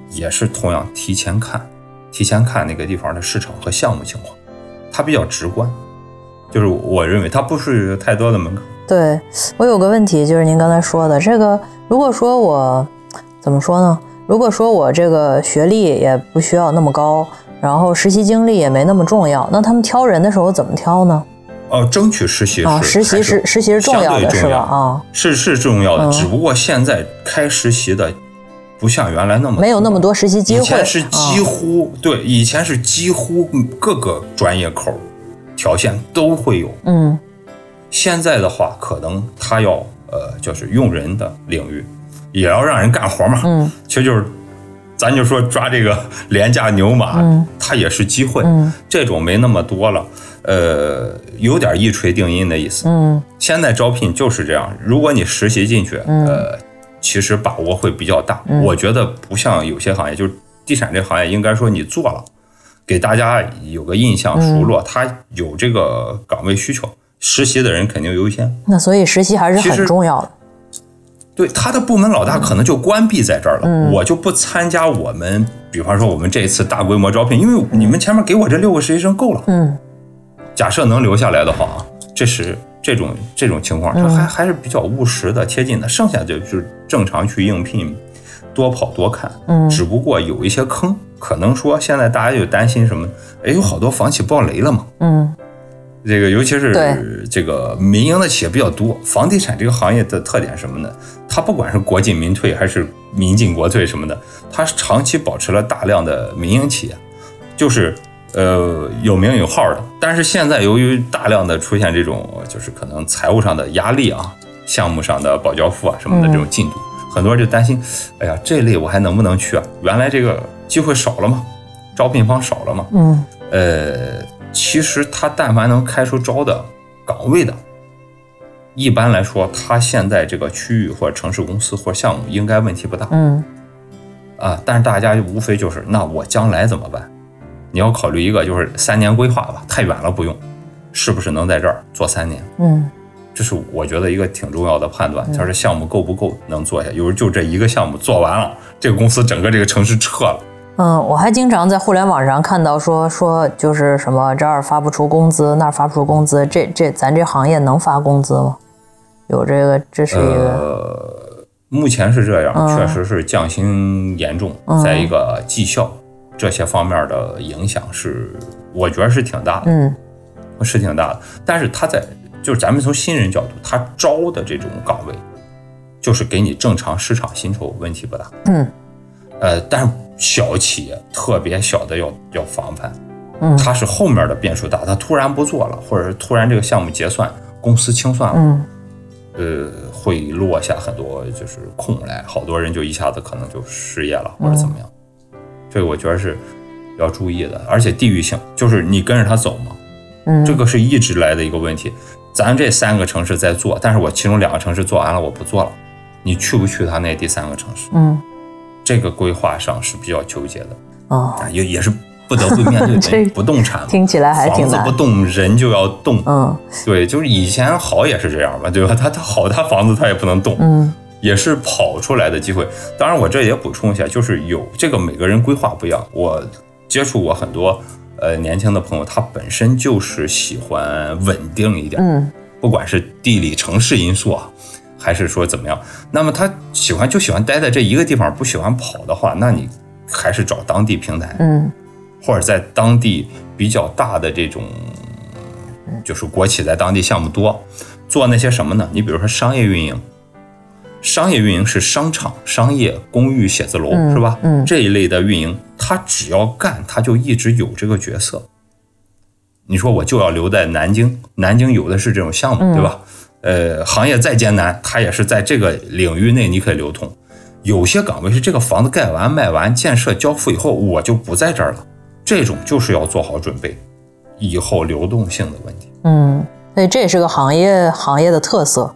也是同样提前看那个地方的市场和项目情况，它比较直观，就是我认为它不是太多的门槛。 对，我有个问题，就是您刚才说的这个，如果说我怎么说呢？如果说我这个学历也不需要那么高，然后实习经历也没那么重要，那他们挑人的时候怎么挑呢？ 争取实习实习是重要的，是吧？ 是重要的，只不过现在开实习的不像原来那么没有那么多实习机会。 以前是几乎对，以前是几乎各个专业口条线都会有。现在的话，可能他要就是用人的领域，也要让人干活嘛。其实就是咱就说抓这个廉价牛马，它也是机会。这种没那么多了。有点一锤定音的意思。现在招聘就是这样，如果你实习进去，其实把握会比较大。我觉得不像有些行业，就是地产这个行业，应该说你做了，给大家有个印象熟络，他有这个岗位需求，实习的人肯定优先。 那所以实习还是很重要的。 对，他的部门老大可能就关闭在这儿了，我就不参加我们，比方说我们这一次大规模招聘，因为你们前面给我这6个实习生够了。假设能留下来的话，这是这种情况，它还是比较务实的、贴近的。剩下就是正常去应聘，多跑多看。只不过有一些坑，可能说现在大家就担心什么？有好多房企爆雷了嘛。这个尤其是这个民营的企业比较多。房地产这个行业的特点是什么呢？它不管是国进民退还是民进国退什么的，它长期保持了大量的民营企业，就是有名有号的。但是现在由于大量的出现这种就是可能财务上的压力啊，项目上的保交付啊什么的这种进度，很多人就担心，哎呀，这类我还能不能去啊？原来这个机会少了嘛，招聘方少了嘛。其实他但凡能开出招的岗位的，一般来说他现在这个区域或者城市公司或者项目应该问题不大。但是大家无非就是那我将来怎么办？你要考虑一个就是3年规划吧，太远了不用，是不是能在这儿做3年？这是我觉得一个挺重要的判断。它是项目够不够能做下，有时候就这一个项目做完了，这个公司整个这个城市撤了。 我还经常在互联网上看到说就是什么这儿发不出工资，那儿发不出工资，这咱这行业能发工资吗？有这个，这是一个目前是这样，确实是降薪严重，在一个绩效这些方面的影响是，我觉得是挺大的，是挺大的。但是他就是咱们从新人角度，他招的这种岗位，就是给你正常市场薪酬问题不大，但是小企业特别小的要防范，它是后面的变数大，它突然不做了，或者是突然这个项目结算，公司清算了，会落下很多就是空来，好多人就一下子可能就失业了或者怎么样，这个我觉得是要注意的。而且地域性，就是你跟着他走嘛，这个是一直来的一个问题。咱这3个城市在做，但是我其中2个城市做完了，我不做了，你去不去他那第3个城市？这个规划上是比较纠结的，也是不得不面对的。不动产听起来还挺难， 房子不动，人就要动。对，就是以前好也是这样嘛，对吧？他好，他房子他也不能动，也是跑出来的机会。当然，我这也补充一下，就是有这个每个人规划不一样。我接触过很多年轻的朋友，他本身就是喜欢稳定一点，不管是地理城市因素啊，还是说怎么样，那么他喜欢待在这一个地方，不喜欢跑的话，那你还是找当地平台，或者在当地比较大的这种，就是国企在当地项目多，做那些什么呢？你比如说商业运营是商场、商业、公寓、写字楼，是吧？这一类的运营，他只要干，他就一直有这个角色。你说我就要留在南京，南京有的是这种项目，对吧？行业再艰难，它也是在这个领域内你可以流通。有些岗位是这个房子盖完、卖完、建设交付以后，我就不在这儿了，这种就是要做好准备，以后流动性的问题。 所以这也是个行业的特色。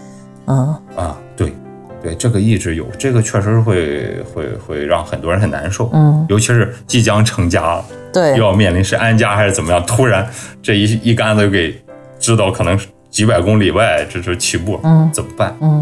对，这个一直有，这个确实会让很多人很难受。尤其是即将成家了， 对， 又要面临是安家还是怎么样，突然这一竿子就给知道可能几百公里外，这是起步，怎么办？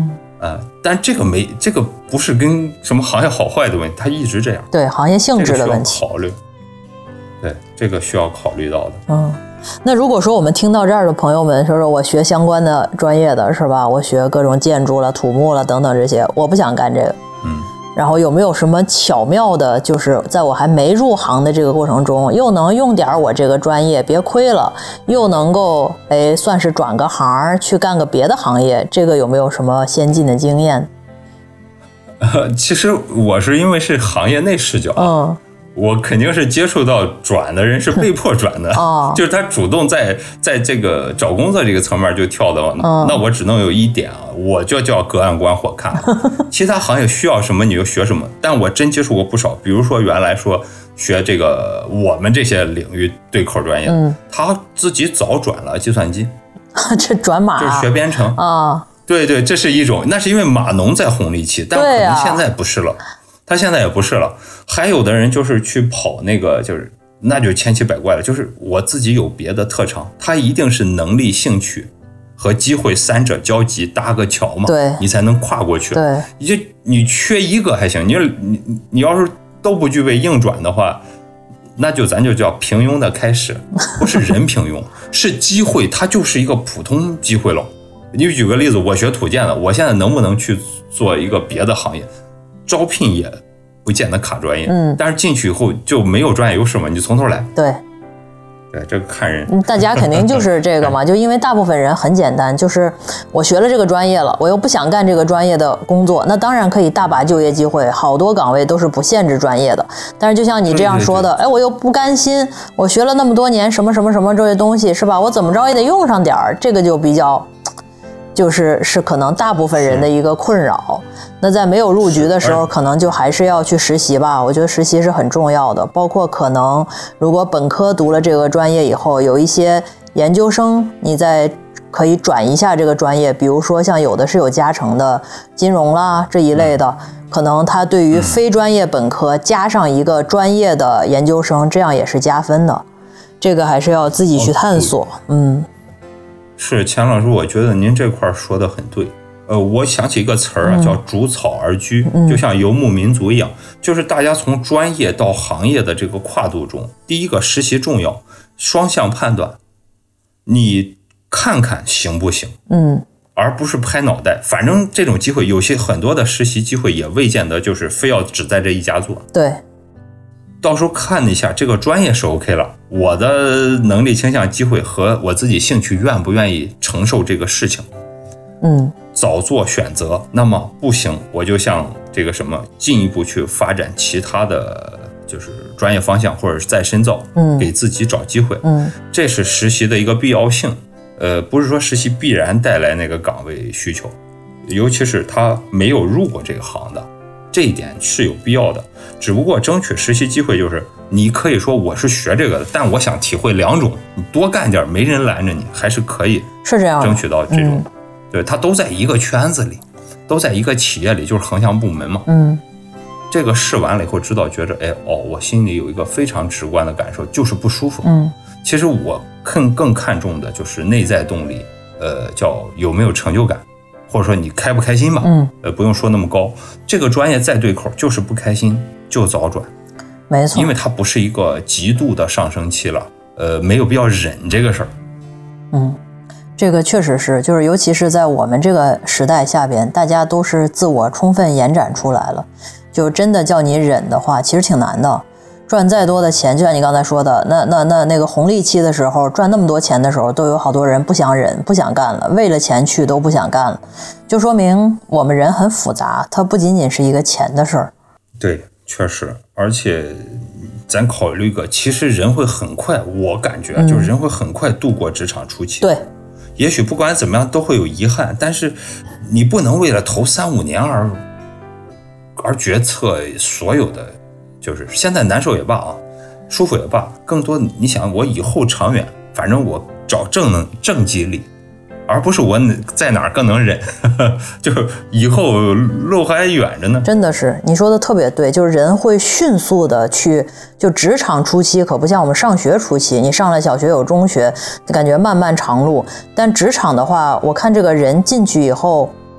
但这个不是跟什么行业好坏的问题，它一直这样。 对，行业性质的问题。 这个需要考虑。对，这个需要考虑到的。 那如果说我们听到这儿的朋友们说我学相关的专业的是吧，我学各种建筑了、土木了等等这些，我不想干这个。然后有没有什么巧妙的，就是在我还没入行的这个过程中，又能用点我这个专业别亏了，又能够算是转个行去干个别的行业，这个有没有什么先进的经验？ 其实我是因为是行业内视角，我肯定是接触到转的人是被迫转的，就是他主动在这个找工作这个层面就跳的，那我只能有一点我就叫隔岸观火看，其他行业需要什么你就学什么。但我真接触过不少，比如说原来说学这个我们这些领域对口专业，他自己早转了计算机， 这转码就是学编程啊。对，这是一种，那是因为码农在红利期，但可能现在不是了。他现在也不是了，还有的人就是去跑那个，那就千奇百怪了。就是我自己有别的特长，他一定是能力、兴趣和机会三者交集搭个桥嘛， 对， 你才能跨过去。 对， 你缺一个还行，你要是都不具备硬转的话，那咱就叫平庸的开始，不是人平庸，是机会，它就是一个普通机会了。你举个例子，我学土建的，我现在能不能去做一个别的行业？招聘也不见得卡专业，但是进去以后就没有专业优势嘛，你从头来。 对， 这个看人。 大家肯定就是这个嘛，就因为大部分人很简单，就是我学了这个专业了，我又不想干这个专业的工作，那当然可以大把就业机会，好多岗位都是不限制专业的。但是就像你这样说的，我又不甘心，我学了那么多年什么什么什么这些东西是吧？我怎么着也得用上点儿，这个就比较。是可能大部分人的一个困扰。那在没有入局的时候，可能就还是要去实习吧。我觉得实习是很重要的，包括可能如果本科读了这个专业以后，有一些研究生，你再可以转一下这个专业，比如说像有的是有加成的金融啦这一类的，可能它对于非专业本科加上一个专业的研究生，这样也是加分的。这个还是要自己去探索。 是钱老师，我觉得您这块说的很对。我想起一个词儿叫逐草而居，就像游牧民族一样，就是大家从专业到行业的这个跨度中，第一个实习重要，双向判断，你看看行不行，而不是拍脑袋。反正这种机会，有些很多的实习机会也未见得就是非要只在这一家做。 对。 到时候看一下这个专业是 OK 了，我的能力倾向机会和我自己兴趣愿不愿意承受这个事情，早做选择。那么不行，我就像这个什么进一步去发展其他的就是专业方向，或者是再深造，给自己找机会。这是实习的一个必要性。不是说实习必然带来那个岗位需求，尤其是他没有入过这个行的。这一点是有必要的，只不过争取实习机会，就是你可以说我是学这个的，但我想体会两种，你多干点，没人拦着你，还是可以， 是这样争取到这种，对，他都在一个圈子里，都在一个企业里，就是横向部门嘛，这个试完了以后知道，觉着我心里有一个非常直观的感受，就是不舒服，其实我更看重的就是内在动力，叫有没有成就感。或者说你开不开心吧，不用说那么高。这个专业再对口，就是不开心就早转， 没错， 因为它不是一个极度的上升期了，没有必要忍这个事儿。 这个确实是，就是尤其是在我们这个时代下边，大家都是自我充分延展出来了，就真的叫你忍的话，其实挺难的。赚再多的钱，就像你刚才说的，那个红利期的时候，赚那么多钱的时候，都有好多人不想忍，不想干了，为了钱去都不想干了，就说明我们人很复杂，它不仅仅是一个钱的事儿。 对，确实，而且咱考虑个，其实人会很快，我感觉就是人会很快度过职场初期。 对， 也许不管怎么样都会有遗憾，但是你不能为了头3-5年而决策所有的。就是现在难受也罢舒服也罢，更多你想我以后长远，反正我找正激励，而不是我在哪儿更能忍，就以后路还远着呢。 真的是你说的特别对，就是人会迅速的去，就职场初期可不像我们上学初期，你上了小学有中学，感觉漫漫长路，但职场的话，我看这个人进去以后，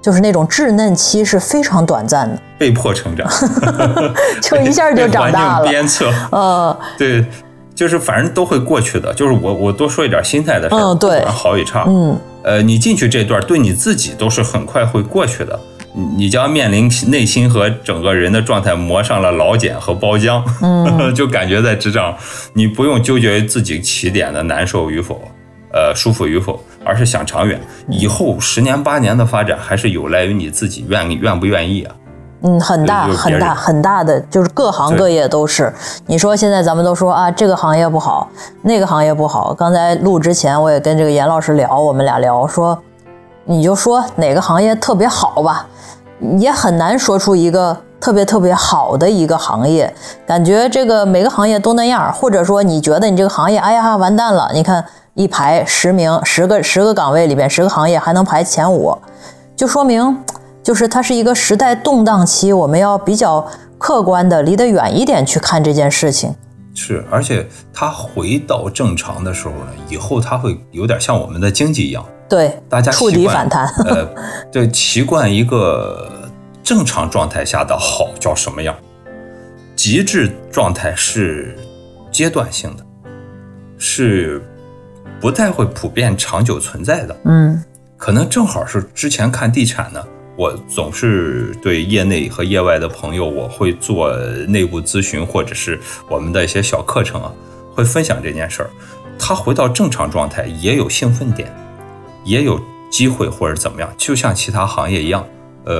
就是那种稚嫩期是非常短暂的， 被迫成长， 就一下就长大了。 环境鞭策，对，就是反正都会过去的。就是我多说一点心态的事儿， 对， 好与差，你进去这段对你自己都是很快会过去的。你将面临内心和整个人的状态磨上了老茧和包浆，就感觉在职场，你不用纠结于自己起点的难受与否，舒服与否，而是想长远，以后10年8年的发展还是有赖于你自己愿不愿意啊。 很大的，就是各行各业都是。你说现在咱们都说啊，这个行业不好，那个行业不好。刚才录之前我也跟这个严老师聊，我们俩聊说，你就说哪个行业特别好吧。也很难说出一个特别好的一个行业，感觉这个每个行业都那样，或者说你觉得你这个行业哎呀完蛋了，你看一排10名10个岗位里边10个行业还能排前5，就说明就是它是一个时代动荡期，我们要比较客观的离得远一点去看这件事情。 是，而且它回到正常的时候呢，以后它会有点像我们的经济一样， 对， 大家触底反弹， 对，习惯一个正常状态下的好叫什么样？极致状态是阶段性的，是不太会普遍长久存在的。可能正好是之前看地产呢，我总是对业内和业外的朋友，我会做内部咨询或者是我们的一些小课程啊，会分享这件事儿。他回到正常状态也有兴奋点，也有机会或者怎么样，就像其他行业一样，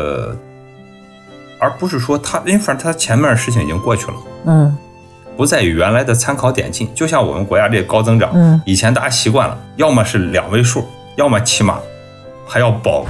而不是说因为反正他前面的事情已经过去了，不再与原来的参考点进。就像我们国家这个高增长，以前大家习惯了，要么是2位数，要么起码还要保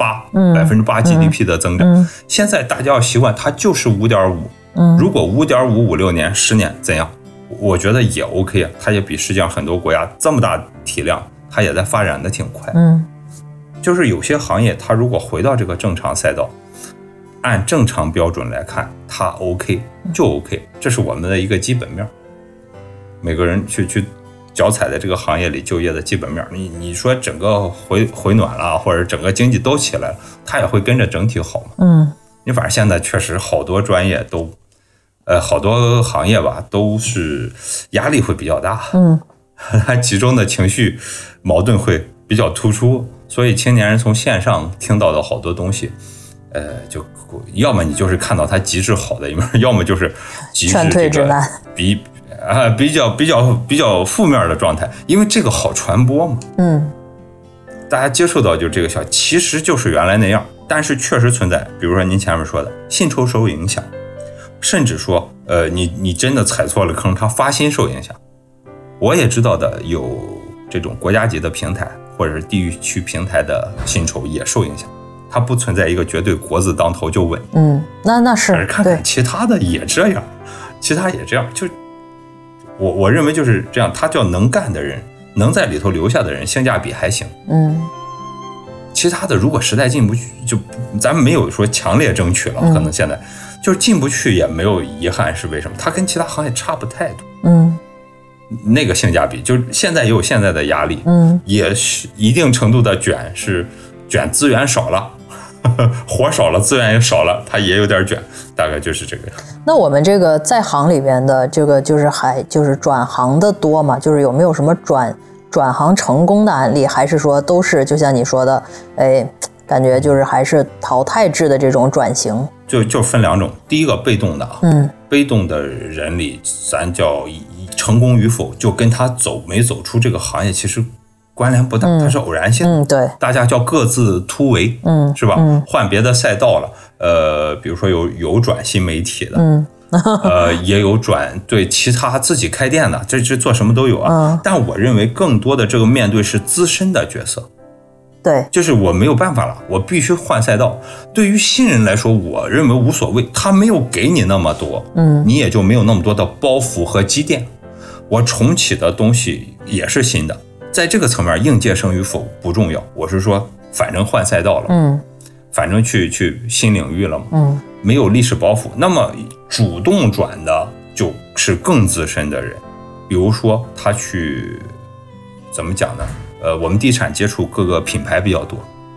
8% GDP 的增长。现在大家要习惯，它就是5.5。如果5.5、5、6年、10年怎样？我觉得也 OK 啊，它也比世界上很多国家这么大体量，它也在发展的挺快。就是有些行业，它如果回到这个正常赛道，按正常标准来看，它 OK 就 OK， 这是我们的一个基本面。每个人去脚踩在这个行业里就业的基本面，你说整个回暖了，或者整个经济都起来了，它也会跟着整体好嘛。你反正现在确实好多专业都，好多行业吧，都是压力会比较大，它集中的情绪矛盾会比较突出，所以青年人从线上听到的好多东西，就要么你就是看到它极致好的一面，要么就是极致劝退之难， 比较负面的状态，因为这个好传播嘛。大家接触到就这个消息，其实就是原来那样，但是确实存在，比如说您前面说的薪酬受影响，甚至说你真的踩错了坑，它发薪受影响。我也知道的有这种国家级的平台或者是地域区平台的薪酬也受影响，它不存在一个绝对国字当头就稳。 那是。 而看看其他的也这样，其他也这样，就我认为就是这样，他叫能干的人，能在里头留下的人，性价比还行。其他的如果实在进不去，就咱们没有说强烈争取了，可能现在就是进不去也没有遗憾，是为什么？它跟其他行业差不太多。那个性价比，就是现在也有现在的压力，也是一定程度的卷，是卷资源少了，活少了，资源也少了，它也有点卷，大概就是这个样。 那我们这个在行里边的这个就是转行的多嘛？就是有没有什么转行成功的案例，还是说都是就像你说的，感觉就是还是淘汰制的这种转型？ 就分2种，第一个被动的啊，被动的人里，咱叫成功与否，就跟他走没走出这个行业其实关联不大，它是偶然性。 对， 大家叫各自突围，是吧？换别的赛道了，比如说有转新媒体的，也有转对其他自己开店的，这做什么都有啊。但我认为更多的这个面对是资深的角色。 对， 就是我没有办法了，我必须换赛道。对于新人来说，我认为无所谓，他没有给你那么多，你也就没有那么多的包袱和积淀。我重启的东西也是新的，在这个层面，应届生与否不重要。我是说，反正换赛道了，反正去新领域了嘛，没有历史包袱。那么主动转的就是更资深的人，比如说他去怎么讲呢？我们地产接触各个品牌比较多，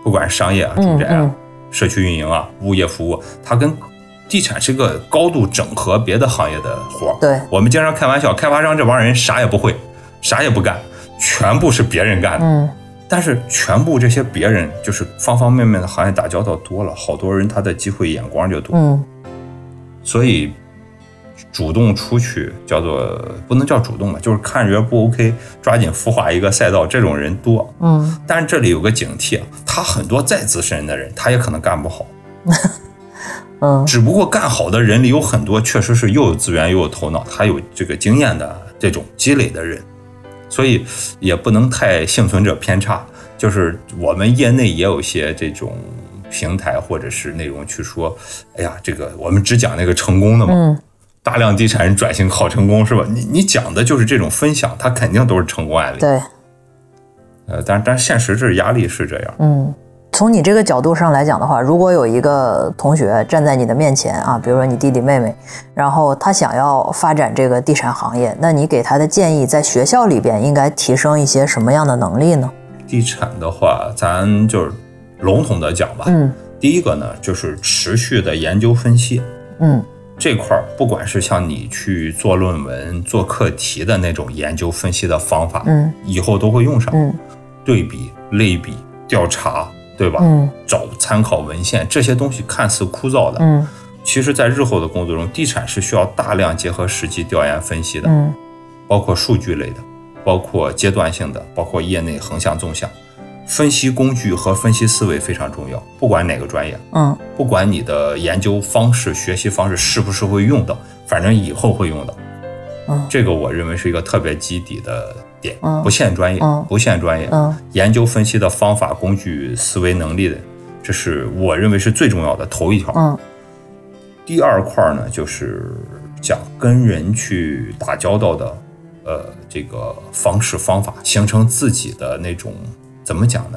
不管是商业啊、住宅啊、社区运营啊、物业服务，它跟地产是个高度整合别的行业的活。 对， 我们经常开玩笑，开发商这帮人啥也不会，啥也不干，全部是别人干的。但是全部这些别人就是方方面面的行业打交道多了，好多人他的机会眼光就多。所以主动出去叫做不能叫主动吧，就是看人不 OK， 抓紧孵化一个赛道，这种人多。但是这里有个警惕，他很多再资深的人，他也可能干不好。只不过干好的人里有很多确实是又有资源又有头脑，他有这个经验的这种积累的人，所以也不能太幸存者偏差。就是我们业内也有一些这种平台或者是内容去说，哎呀，这个我们只讲那个成功的嘛，大量地产人转型好成功是吧？你讲的就是这种分享，它肯定都是成功案例。 对， 但现实这压力是这样。 从你这个角度上来讲的话，如果有一个同学站在你的面前啊，比如说你弟弟妹妹，然后他想要发展这个地产行业，那你给他的建议，在学校里边应该提升一些什么样的能力呢？ 地产的话，咱就是笼统的讲吧。第一个呢，就是持续的研究分析。这块不管是像你去做论文、做课题的那种研究分析的方法，以后都会用上。对比、类比、调查，对吧？找参考文献，这些东西看似枯燥的，其实在日后的工作中，地产是需要大量结合实际调研分析的，包括数据类的，包括阶段性的，包括业内横向纵向分析工具和分析思维非常重要，不管哪个专业，不管你的研究方式、学习方式是不是会用到，反正以后会用到。这个我认为是一个特别基底的点，不限专业，不限专业，研究分析的方法、工具、思维能力的，这是我认为是最重要的头一条。第二块呢，就是讲跟人去打交道的，这个方式方法，形成自己的那种怎么讲呢？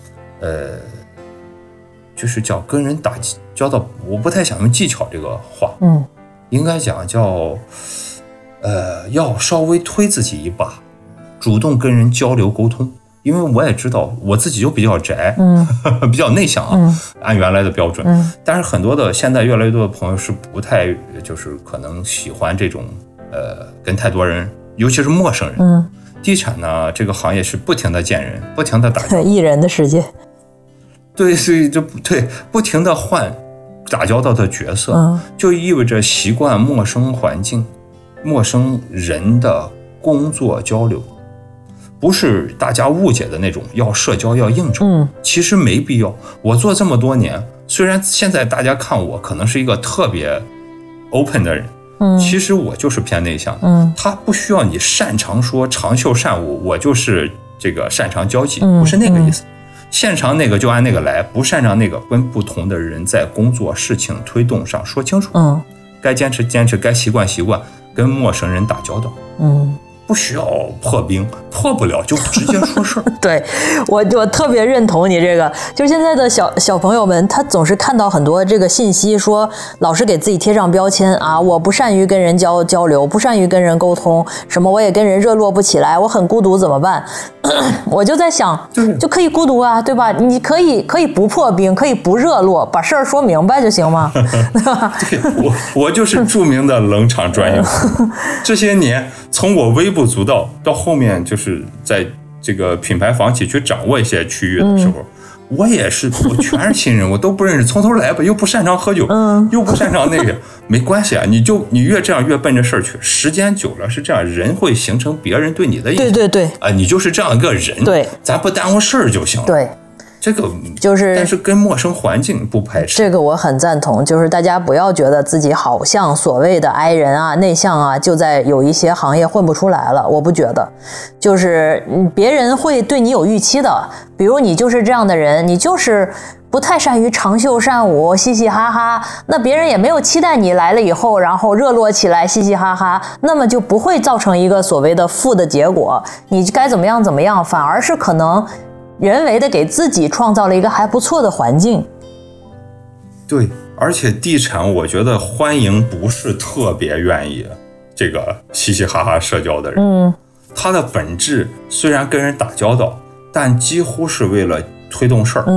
就是叫跟人打交道，我不太想用技巧这个话，应该讲叫，要稍微推自己一把，主动跟人交流沟通。因为我也知道我自己就比较宅，比较内向啊，按原来的标准。但是很多的现在越来越多的朋友是不太，就是可能喜欢这种跟太多人，尤其是陌生人。地产呢这个行业是不停的见人，不停的打交道， 艺人的世界。 对，所以就对，不停的换打交道的角色，就意味着习惯陌生环境、陌生人的工作交流。不是大家误解的那种要社交要应酬，其实没必要。我做这么多年，虽然现在大家看我可能是一个特别 open 的人，其实我就是偏内向的。他不需要你擅长说长袖善舞，我就是这个擅长交际，不是那个意思。擅长那个就按那个来，不擅长那个跟不同的人在工作事情推动上说清楚，该坚持坚持，该习惯习惯，跟陌生人打交道，不需要破冰，破不了就直接说事儿。 对，我特别认同你这个，就是现在的小朋友们，他总是看到很多这个信息，说老师给自己贴上标签啊，我不善于跟人交流，不善于跟人沟通，什么我也跟人热络不起来，我很孤独怎么办？我就在想，就可以孤独啊，对吧？你可以不破冰，可以不热络，把事儿说明白就行吗？对吧？ 对，我就是著名的冷场专业户。这些年，从我微不足道到后面就是在这个品牌房企去掌握一些区域的时候，我也是，我全是新人，我都不认识，从头来吧，又不擅长喝酒，又不擅长那个，没关系啊，你越这样越奔着事儿去，时间久了是这样，人会形成别人对你的印象， 对啊，你就是这样一个人， 对， 咱不耽误事儿就行了， 对。 这个就是， 但是跟陌生环境不排斥。 这个我很赞同，就是大家不要觉得自己好像所谓的 I 人啊、内向啊，就在有一些行业混不出来了。我不觉得，就是别人会对你有预期的，比如你就是这样的人，你就是不太善于长袖善舞、嘻嘻哈哈，那别人也没有期待你来了以后，然后热络起来、嘻嘻哈哈，那么就不会造成一个所谓的负的结果。你该怎么样怎么样，反而是可能人为的给自己创造了一个还不错的环境。 对，而且地产我觉得欢迎不是特别愿意这个嘻嘻哈哈社交的人，它的本质虽然跟人打交道，但几乎是为了推动事儿，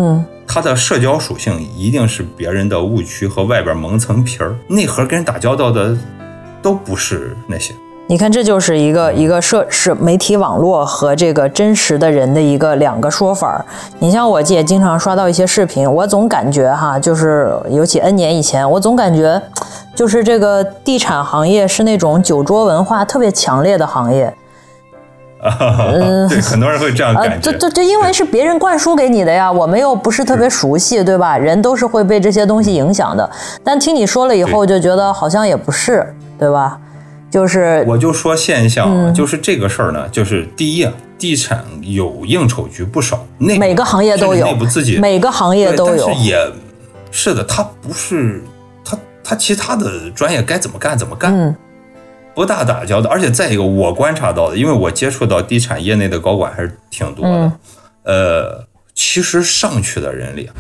它的社交属性一定是别人的误区和外边蒙层皮儿，内核跟人打交道的都不是那些。 你看，这就是一个是媒体网络和这个真实的人的两个说法。你像我也经常刷到一些视频，我总感觉就是尤其 N 年以前，我总感觉就是这个地产行业是那种酒桌文化特别强烈的行业。 对，很多人会这样感觉。 对，因为是别人灌输给你的呀，我们又不是特别熟悉，对吧？人都是会被这些东西影响的。但听你说了以后，就觉得好像也不是，对吧？ 我就说现象，就是这个事儿呢，就是第一，地产有应酬局不少， 每个行业都有， 内部自己每个行业都有， 但是也是的，它不是它其他的专业该怎么干怎么干，不大打交道。而且再一个，我观察到的，因为我接触到地产业内的高管还是挺多的，其实上去的人里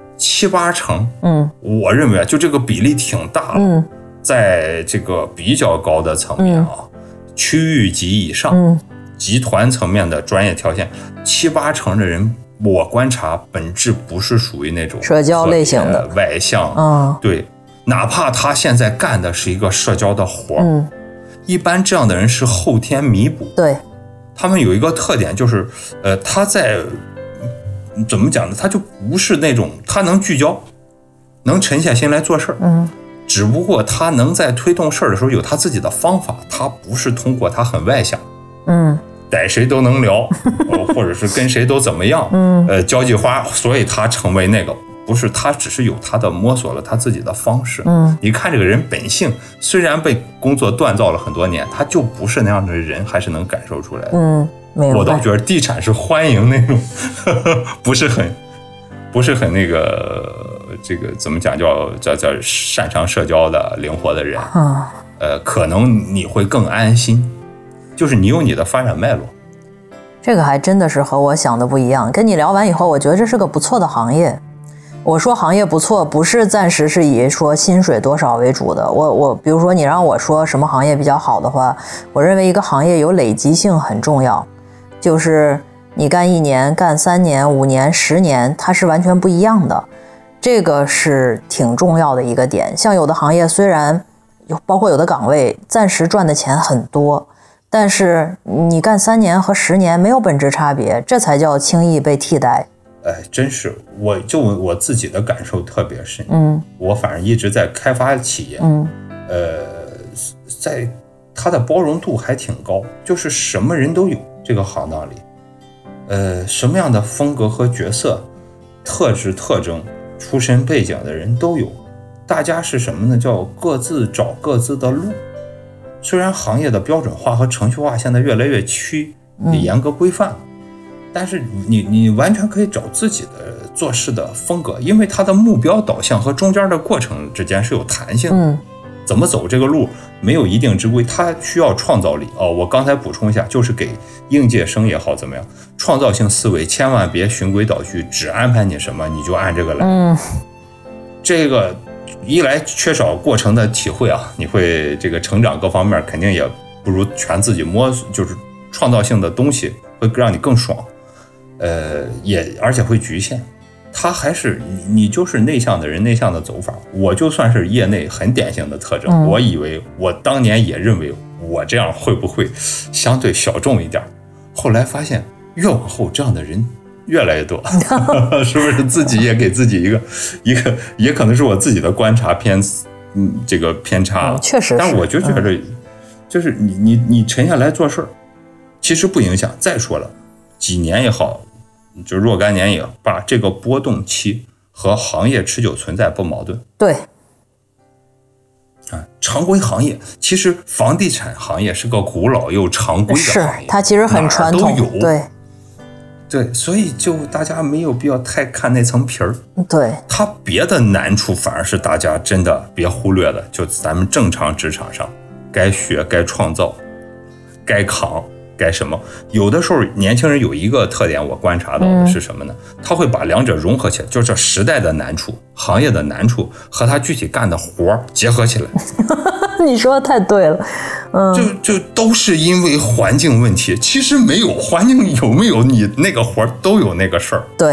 7、8成，我认为就这个比例挺大了。在这个比较高的层面区域级以上，集团层面的专业条线，7、8成的人，我观察本质不是属于那种社交类型的外向，对，哪怕他现在干的是一个社交的活，一般这样的人是后天弥补。 对， 他们有一个特点就是，他在怎么讲呢？他就不是那种他能聚焦，能沉下心来做事儿，只不过他能在推动事儿的时候有他自己的方法，他不是通过他很外向，逮谁都能聊，或者是跟谁都怎么样，交际花，所以他成为那个，不是，他只是有他的摸索了他自己的方式。你看这个人本性，虽然被工作锻造了很多年，他就不是那样的人，还是能感受出来的。我倒觉得地产是欢迎那种不是很那个这个怎么讲叫擅长社交的灵活的人，可能你会更安心，就是你有你的发展脉络。 这个还真的是和我想的不一样。跟你聊完以后，我觉得这是个不错的行业。我说行业不错，不是暂时是以说薪水多少为主的。我比如说你让我说什么行业比较好的话，我认为一个行业有累积性很重要，就是你干1年、干3年、5年、10年，它是完全不一样的。这个是挺重要的一个点。像有的行业虽然包括有的岗位暂时赚的钱很多，但是你干3年和10年没有本质差别，这才叫轻易被替代。 真是，我自己的感受特别深。我反正一直在开发企业，在它的包容度还挺高，就是什么人都有，这个行当里，什么样的风格和角色、特质、特征、出身背景的人都有。大家是什么呢？叫各自找各自的路。虽然行业的标准化和程序化现在越来越严格规范了，但是你完全可以找自己的做事的风格，因为它的目标导向和中间的过程之间是有弹性。怎么走这个路没有一定之规，它需要创造力。我刚才补充一下，就是给应届生也好怎么样，创造性思维，千万别循规蹈矩，只安排你什么你就按这个来。这个一来缺少过程的体会你会这个成长各方面肯定也不如全自己摸，就是创造性的东西会让你更爽。而且会局限，他还是你就是内向的人内向的走法。我就算是业内很典型的特征，我以为我当年也认为我这样会不会相对小众一点，后来发现越往后这样的人越来越多是不是自己也给自己一个也可能是我自己的观察这个偏差了， 确实是。 但我就觉得就是你沉下来做事其实不影响。再说了，几年也好，就若干年也罢，这个波动期和行业持久存在不矛盾。 对， 常规行业其实房地产行业是个古老又常规的行业， 是它其实很传统， 都有。 对， 所以就大家没有必要太看那层皮儿。 对， 它别的难处反而是大家真的别忽略的，就咱们正常职场上该学、该创造、该扛。该什么？有的时候年轻人有一个特点，我观察到的是什么呢？他会把两者融合起来，就是时代的难处、行业的难处和他具体干的活结合起来。 你说的太对了， 就都是因为环境问题。其实没有环境有没有你那个活都有那个事儿。 对，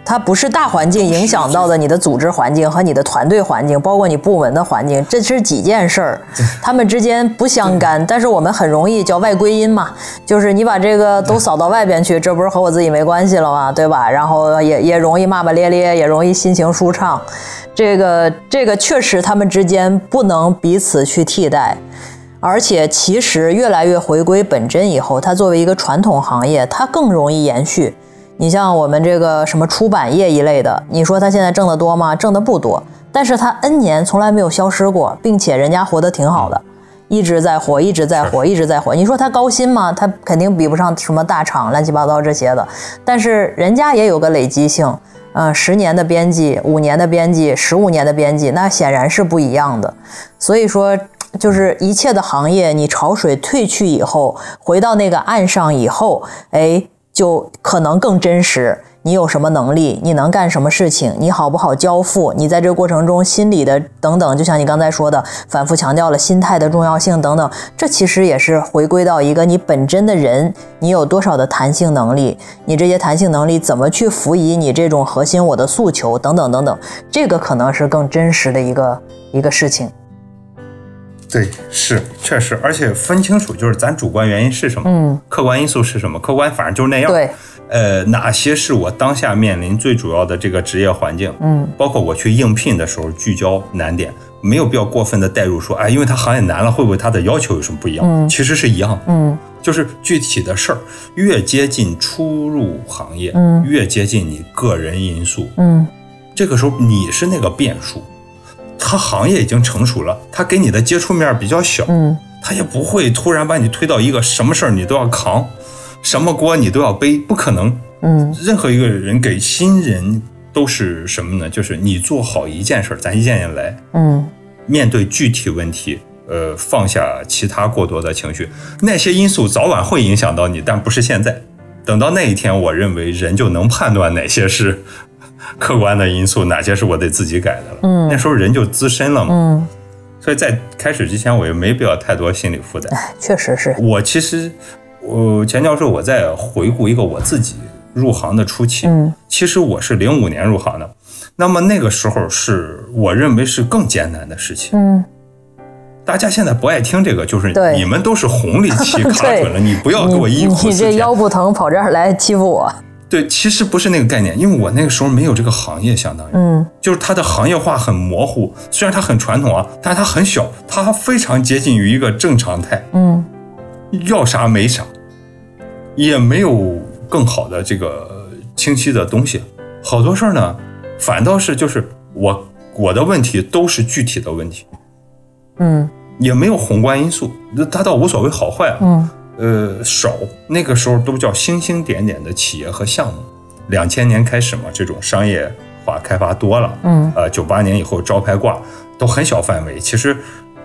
它不是大环境影响到的你的组织环境和你的团队环境，包括你部门的环境，这是几件事儿，它们之间不相干。但是我们很容易叫外归因嘛，就是你把这个都扫到外边去，这不是和我自己没关系了吗？对吧？然后也容易骂骂咧咧，也容易心情舒畅。这个确实他们之间不能彼此去替代。而且其实越来越回归本真以后，它作为一个传统行业，它更容易延续。你像我们这个什么出版业一类的，你说它现在挣得多吗？挣得不多，但是它 N 年从来没有消失过，并且人家活得挺好的，一直在活，一直在活，一直在活。你说它高薪吗？它肯定比不上什么大厂乱七八糟这些的，但是人家也有个累积性，10年的编辑，5年的编辑，15年的编辑，那显然是不一样的。所以说就是一切的行业，你潮水退去以后，回到那个岸上以后，就可能更真实。你有什么能力，你能干什么事情，你好不好交付，你在这个过程中心理的等等，就像你刚才说的，反复强调了心态的重要性等等，这其实也是回归到一个你本真的人，你有多少的弹性能力，你这些弹性能力怎么去辅以你这种核心我的诉求等等等等，这个可能是更真实的一个事情。 对，是确实，而且分清楚就是咱主观原因是什么，客观因素是什么，客观反正就是那样。 对， 哪些是我当下面临最主要的这个职业环境，包括我去应聘的时候聚焦难点，没有必要过分的带入说，因为它行业难了，会不会它的要求有什么不一样？其实是一样的，就是具体的事儿越接近初入行业，越接近你个人因素，这个时候你是那个变数。他行业已经成熟了，他给你的接触面比较小，他也不会突然把你推到一个什么事儿你都要扛，什么锅你都要背，不可能。任何一个人给新人都是什么呢？就是你做好一件事，咱一件件来，面对具体问题，放下其他过多的情绪，那些因素早晚会影响到你，但不是现在。等到那一天，我认为人就能判断哪些是客观的因素，哪些是我得自己改的了。那时候人就资深了嘛。所以在开始之前，我也没必要太多心理负担。 确实是。 我其实，钱教授，我在回顾一个我自己入行的初期。其实我是05年入行的，那么那个时候是我认为是更艰难的事情。大家现在不爱听这个，就是你们都是红利期卡准了，你不要给我忆苦思甜。 你这腰不疼跑这儿来欺负我。 对，其实不是那个概念，因为我那个时候没有这个行业，相当于，就是它的行业化很模糊，虽然它很传统啊，但是它很小，它非常接近于一个正常态，要啥没啥，也没有更好的这个清晰的东西，好多事儿呢，反倒是就是我的问题都是具体的问题，也没有宏观因素，它倒无所谓好坏啊。少，那个时候都叫星星点点的企业和项目。2000年开始嘛，这种商业化开发多了。98年以后招牌挂都很小范围。其实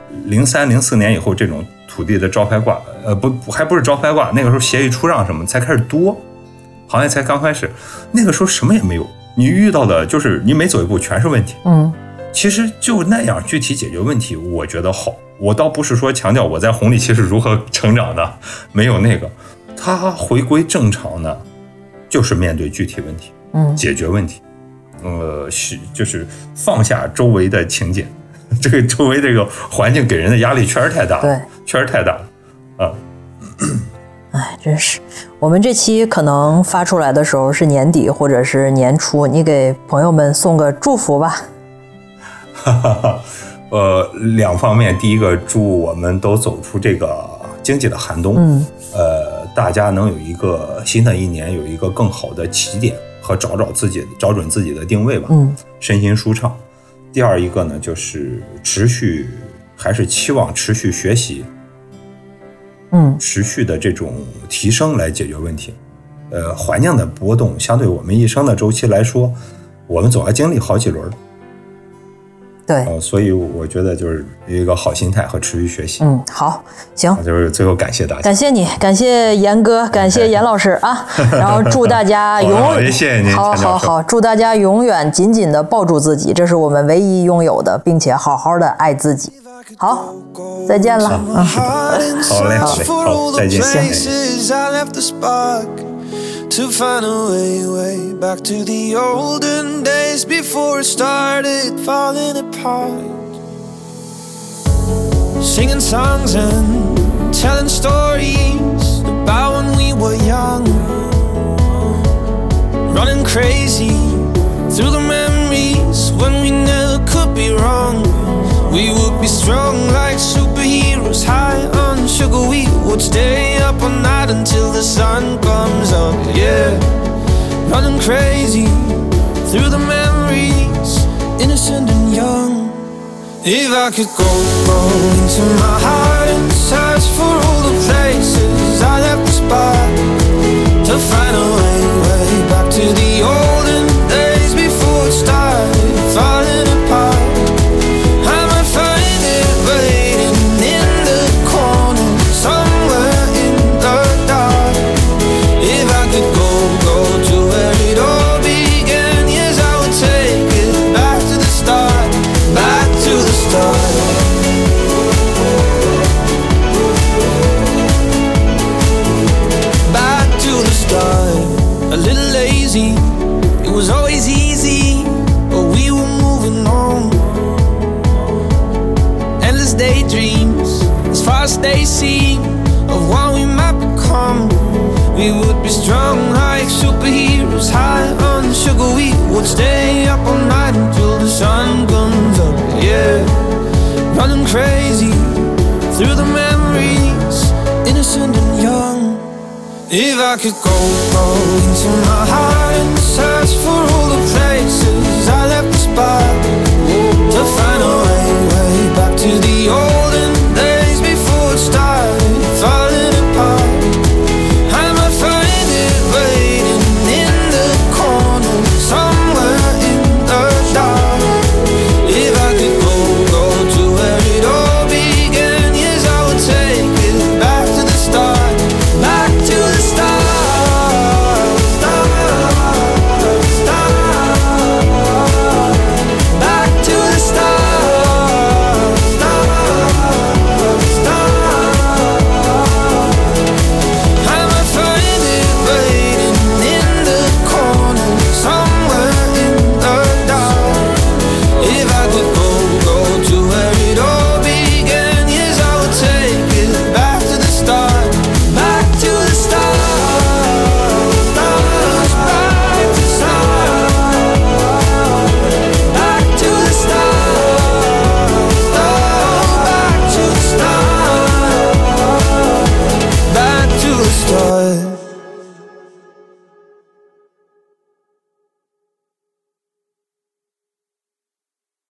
03、04年以后，这种土地的招牌挂，还不是招牌挂，那个时候协议出让什么才开始多，行业才刚开始。那个时候什么也没有，你遇到的就是你每走一步全是问题。其实就那样具体解决问题，我觉得好。我倒不是说强调我在红利期是如何成长的，没有那个，它回归正常的，就是面对具体问题，解决问题，就是放下周围的情景，这个周围这个环境给人的压力确实太大了， 对， 确实太大了， 真是，我们这期可能发出来的时候是年底或者是年初，你给朋友们送个祝福吧。 2方面，第一个祝我们都走出这个经济的寒冬，大家能有一个新的一年有一个更好的起点和找准自己的定位吧，身心舒畅。第二一个呢，就是还是期望持续学习，持续的这种提升来解决问题。环境的波动相对我们一生的周期来说，我们总要经历好几轮。 对， 所以我觉得就是一个好心态和持续学习。 好，行， 就是最后感谢大家， 感谢你，感谢严哥，感谢严老师啊，然后祝大家谢谢您， 好，祝大家永远紧紧的抱住自己，这是我们唯一拥有的，并且好好的爱自己。好，再见了。 好嘞，好，再见。 to find a way back to the olden days before it started falling apart. Singing songs and telling stories about when we were young, running crazy through the memories when we never could be wrong. We would be strong like superheroes, high on sugar. We would stay up all night until the sun comes up, yeah. Running crazy through the memories, innocent and young. If I could go into my heart and search for all the places I left the spot, to find a way back to the olden days before it started falling apart. I might find it waiting in the corner, somewhere in the dark. If I could go to where it all began, yes, I would take it back to the start, back to the start. Back to the start. A little lazy, it was always easy, but we were moving on. Endless daydreams, as far as they seem, of what we might become. We would be strong like superheroes, high on sugar. We would stay up all night until the sun comes up, yeah. Running crazy through the memories, innocent and young. If I could go into my heart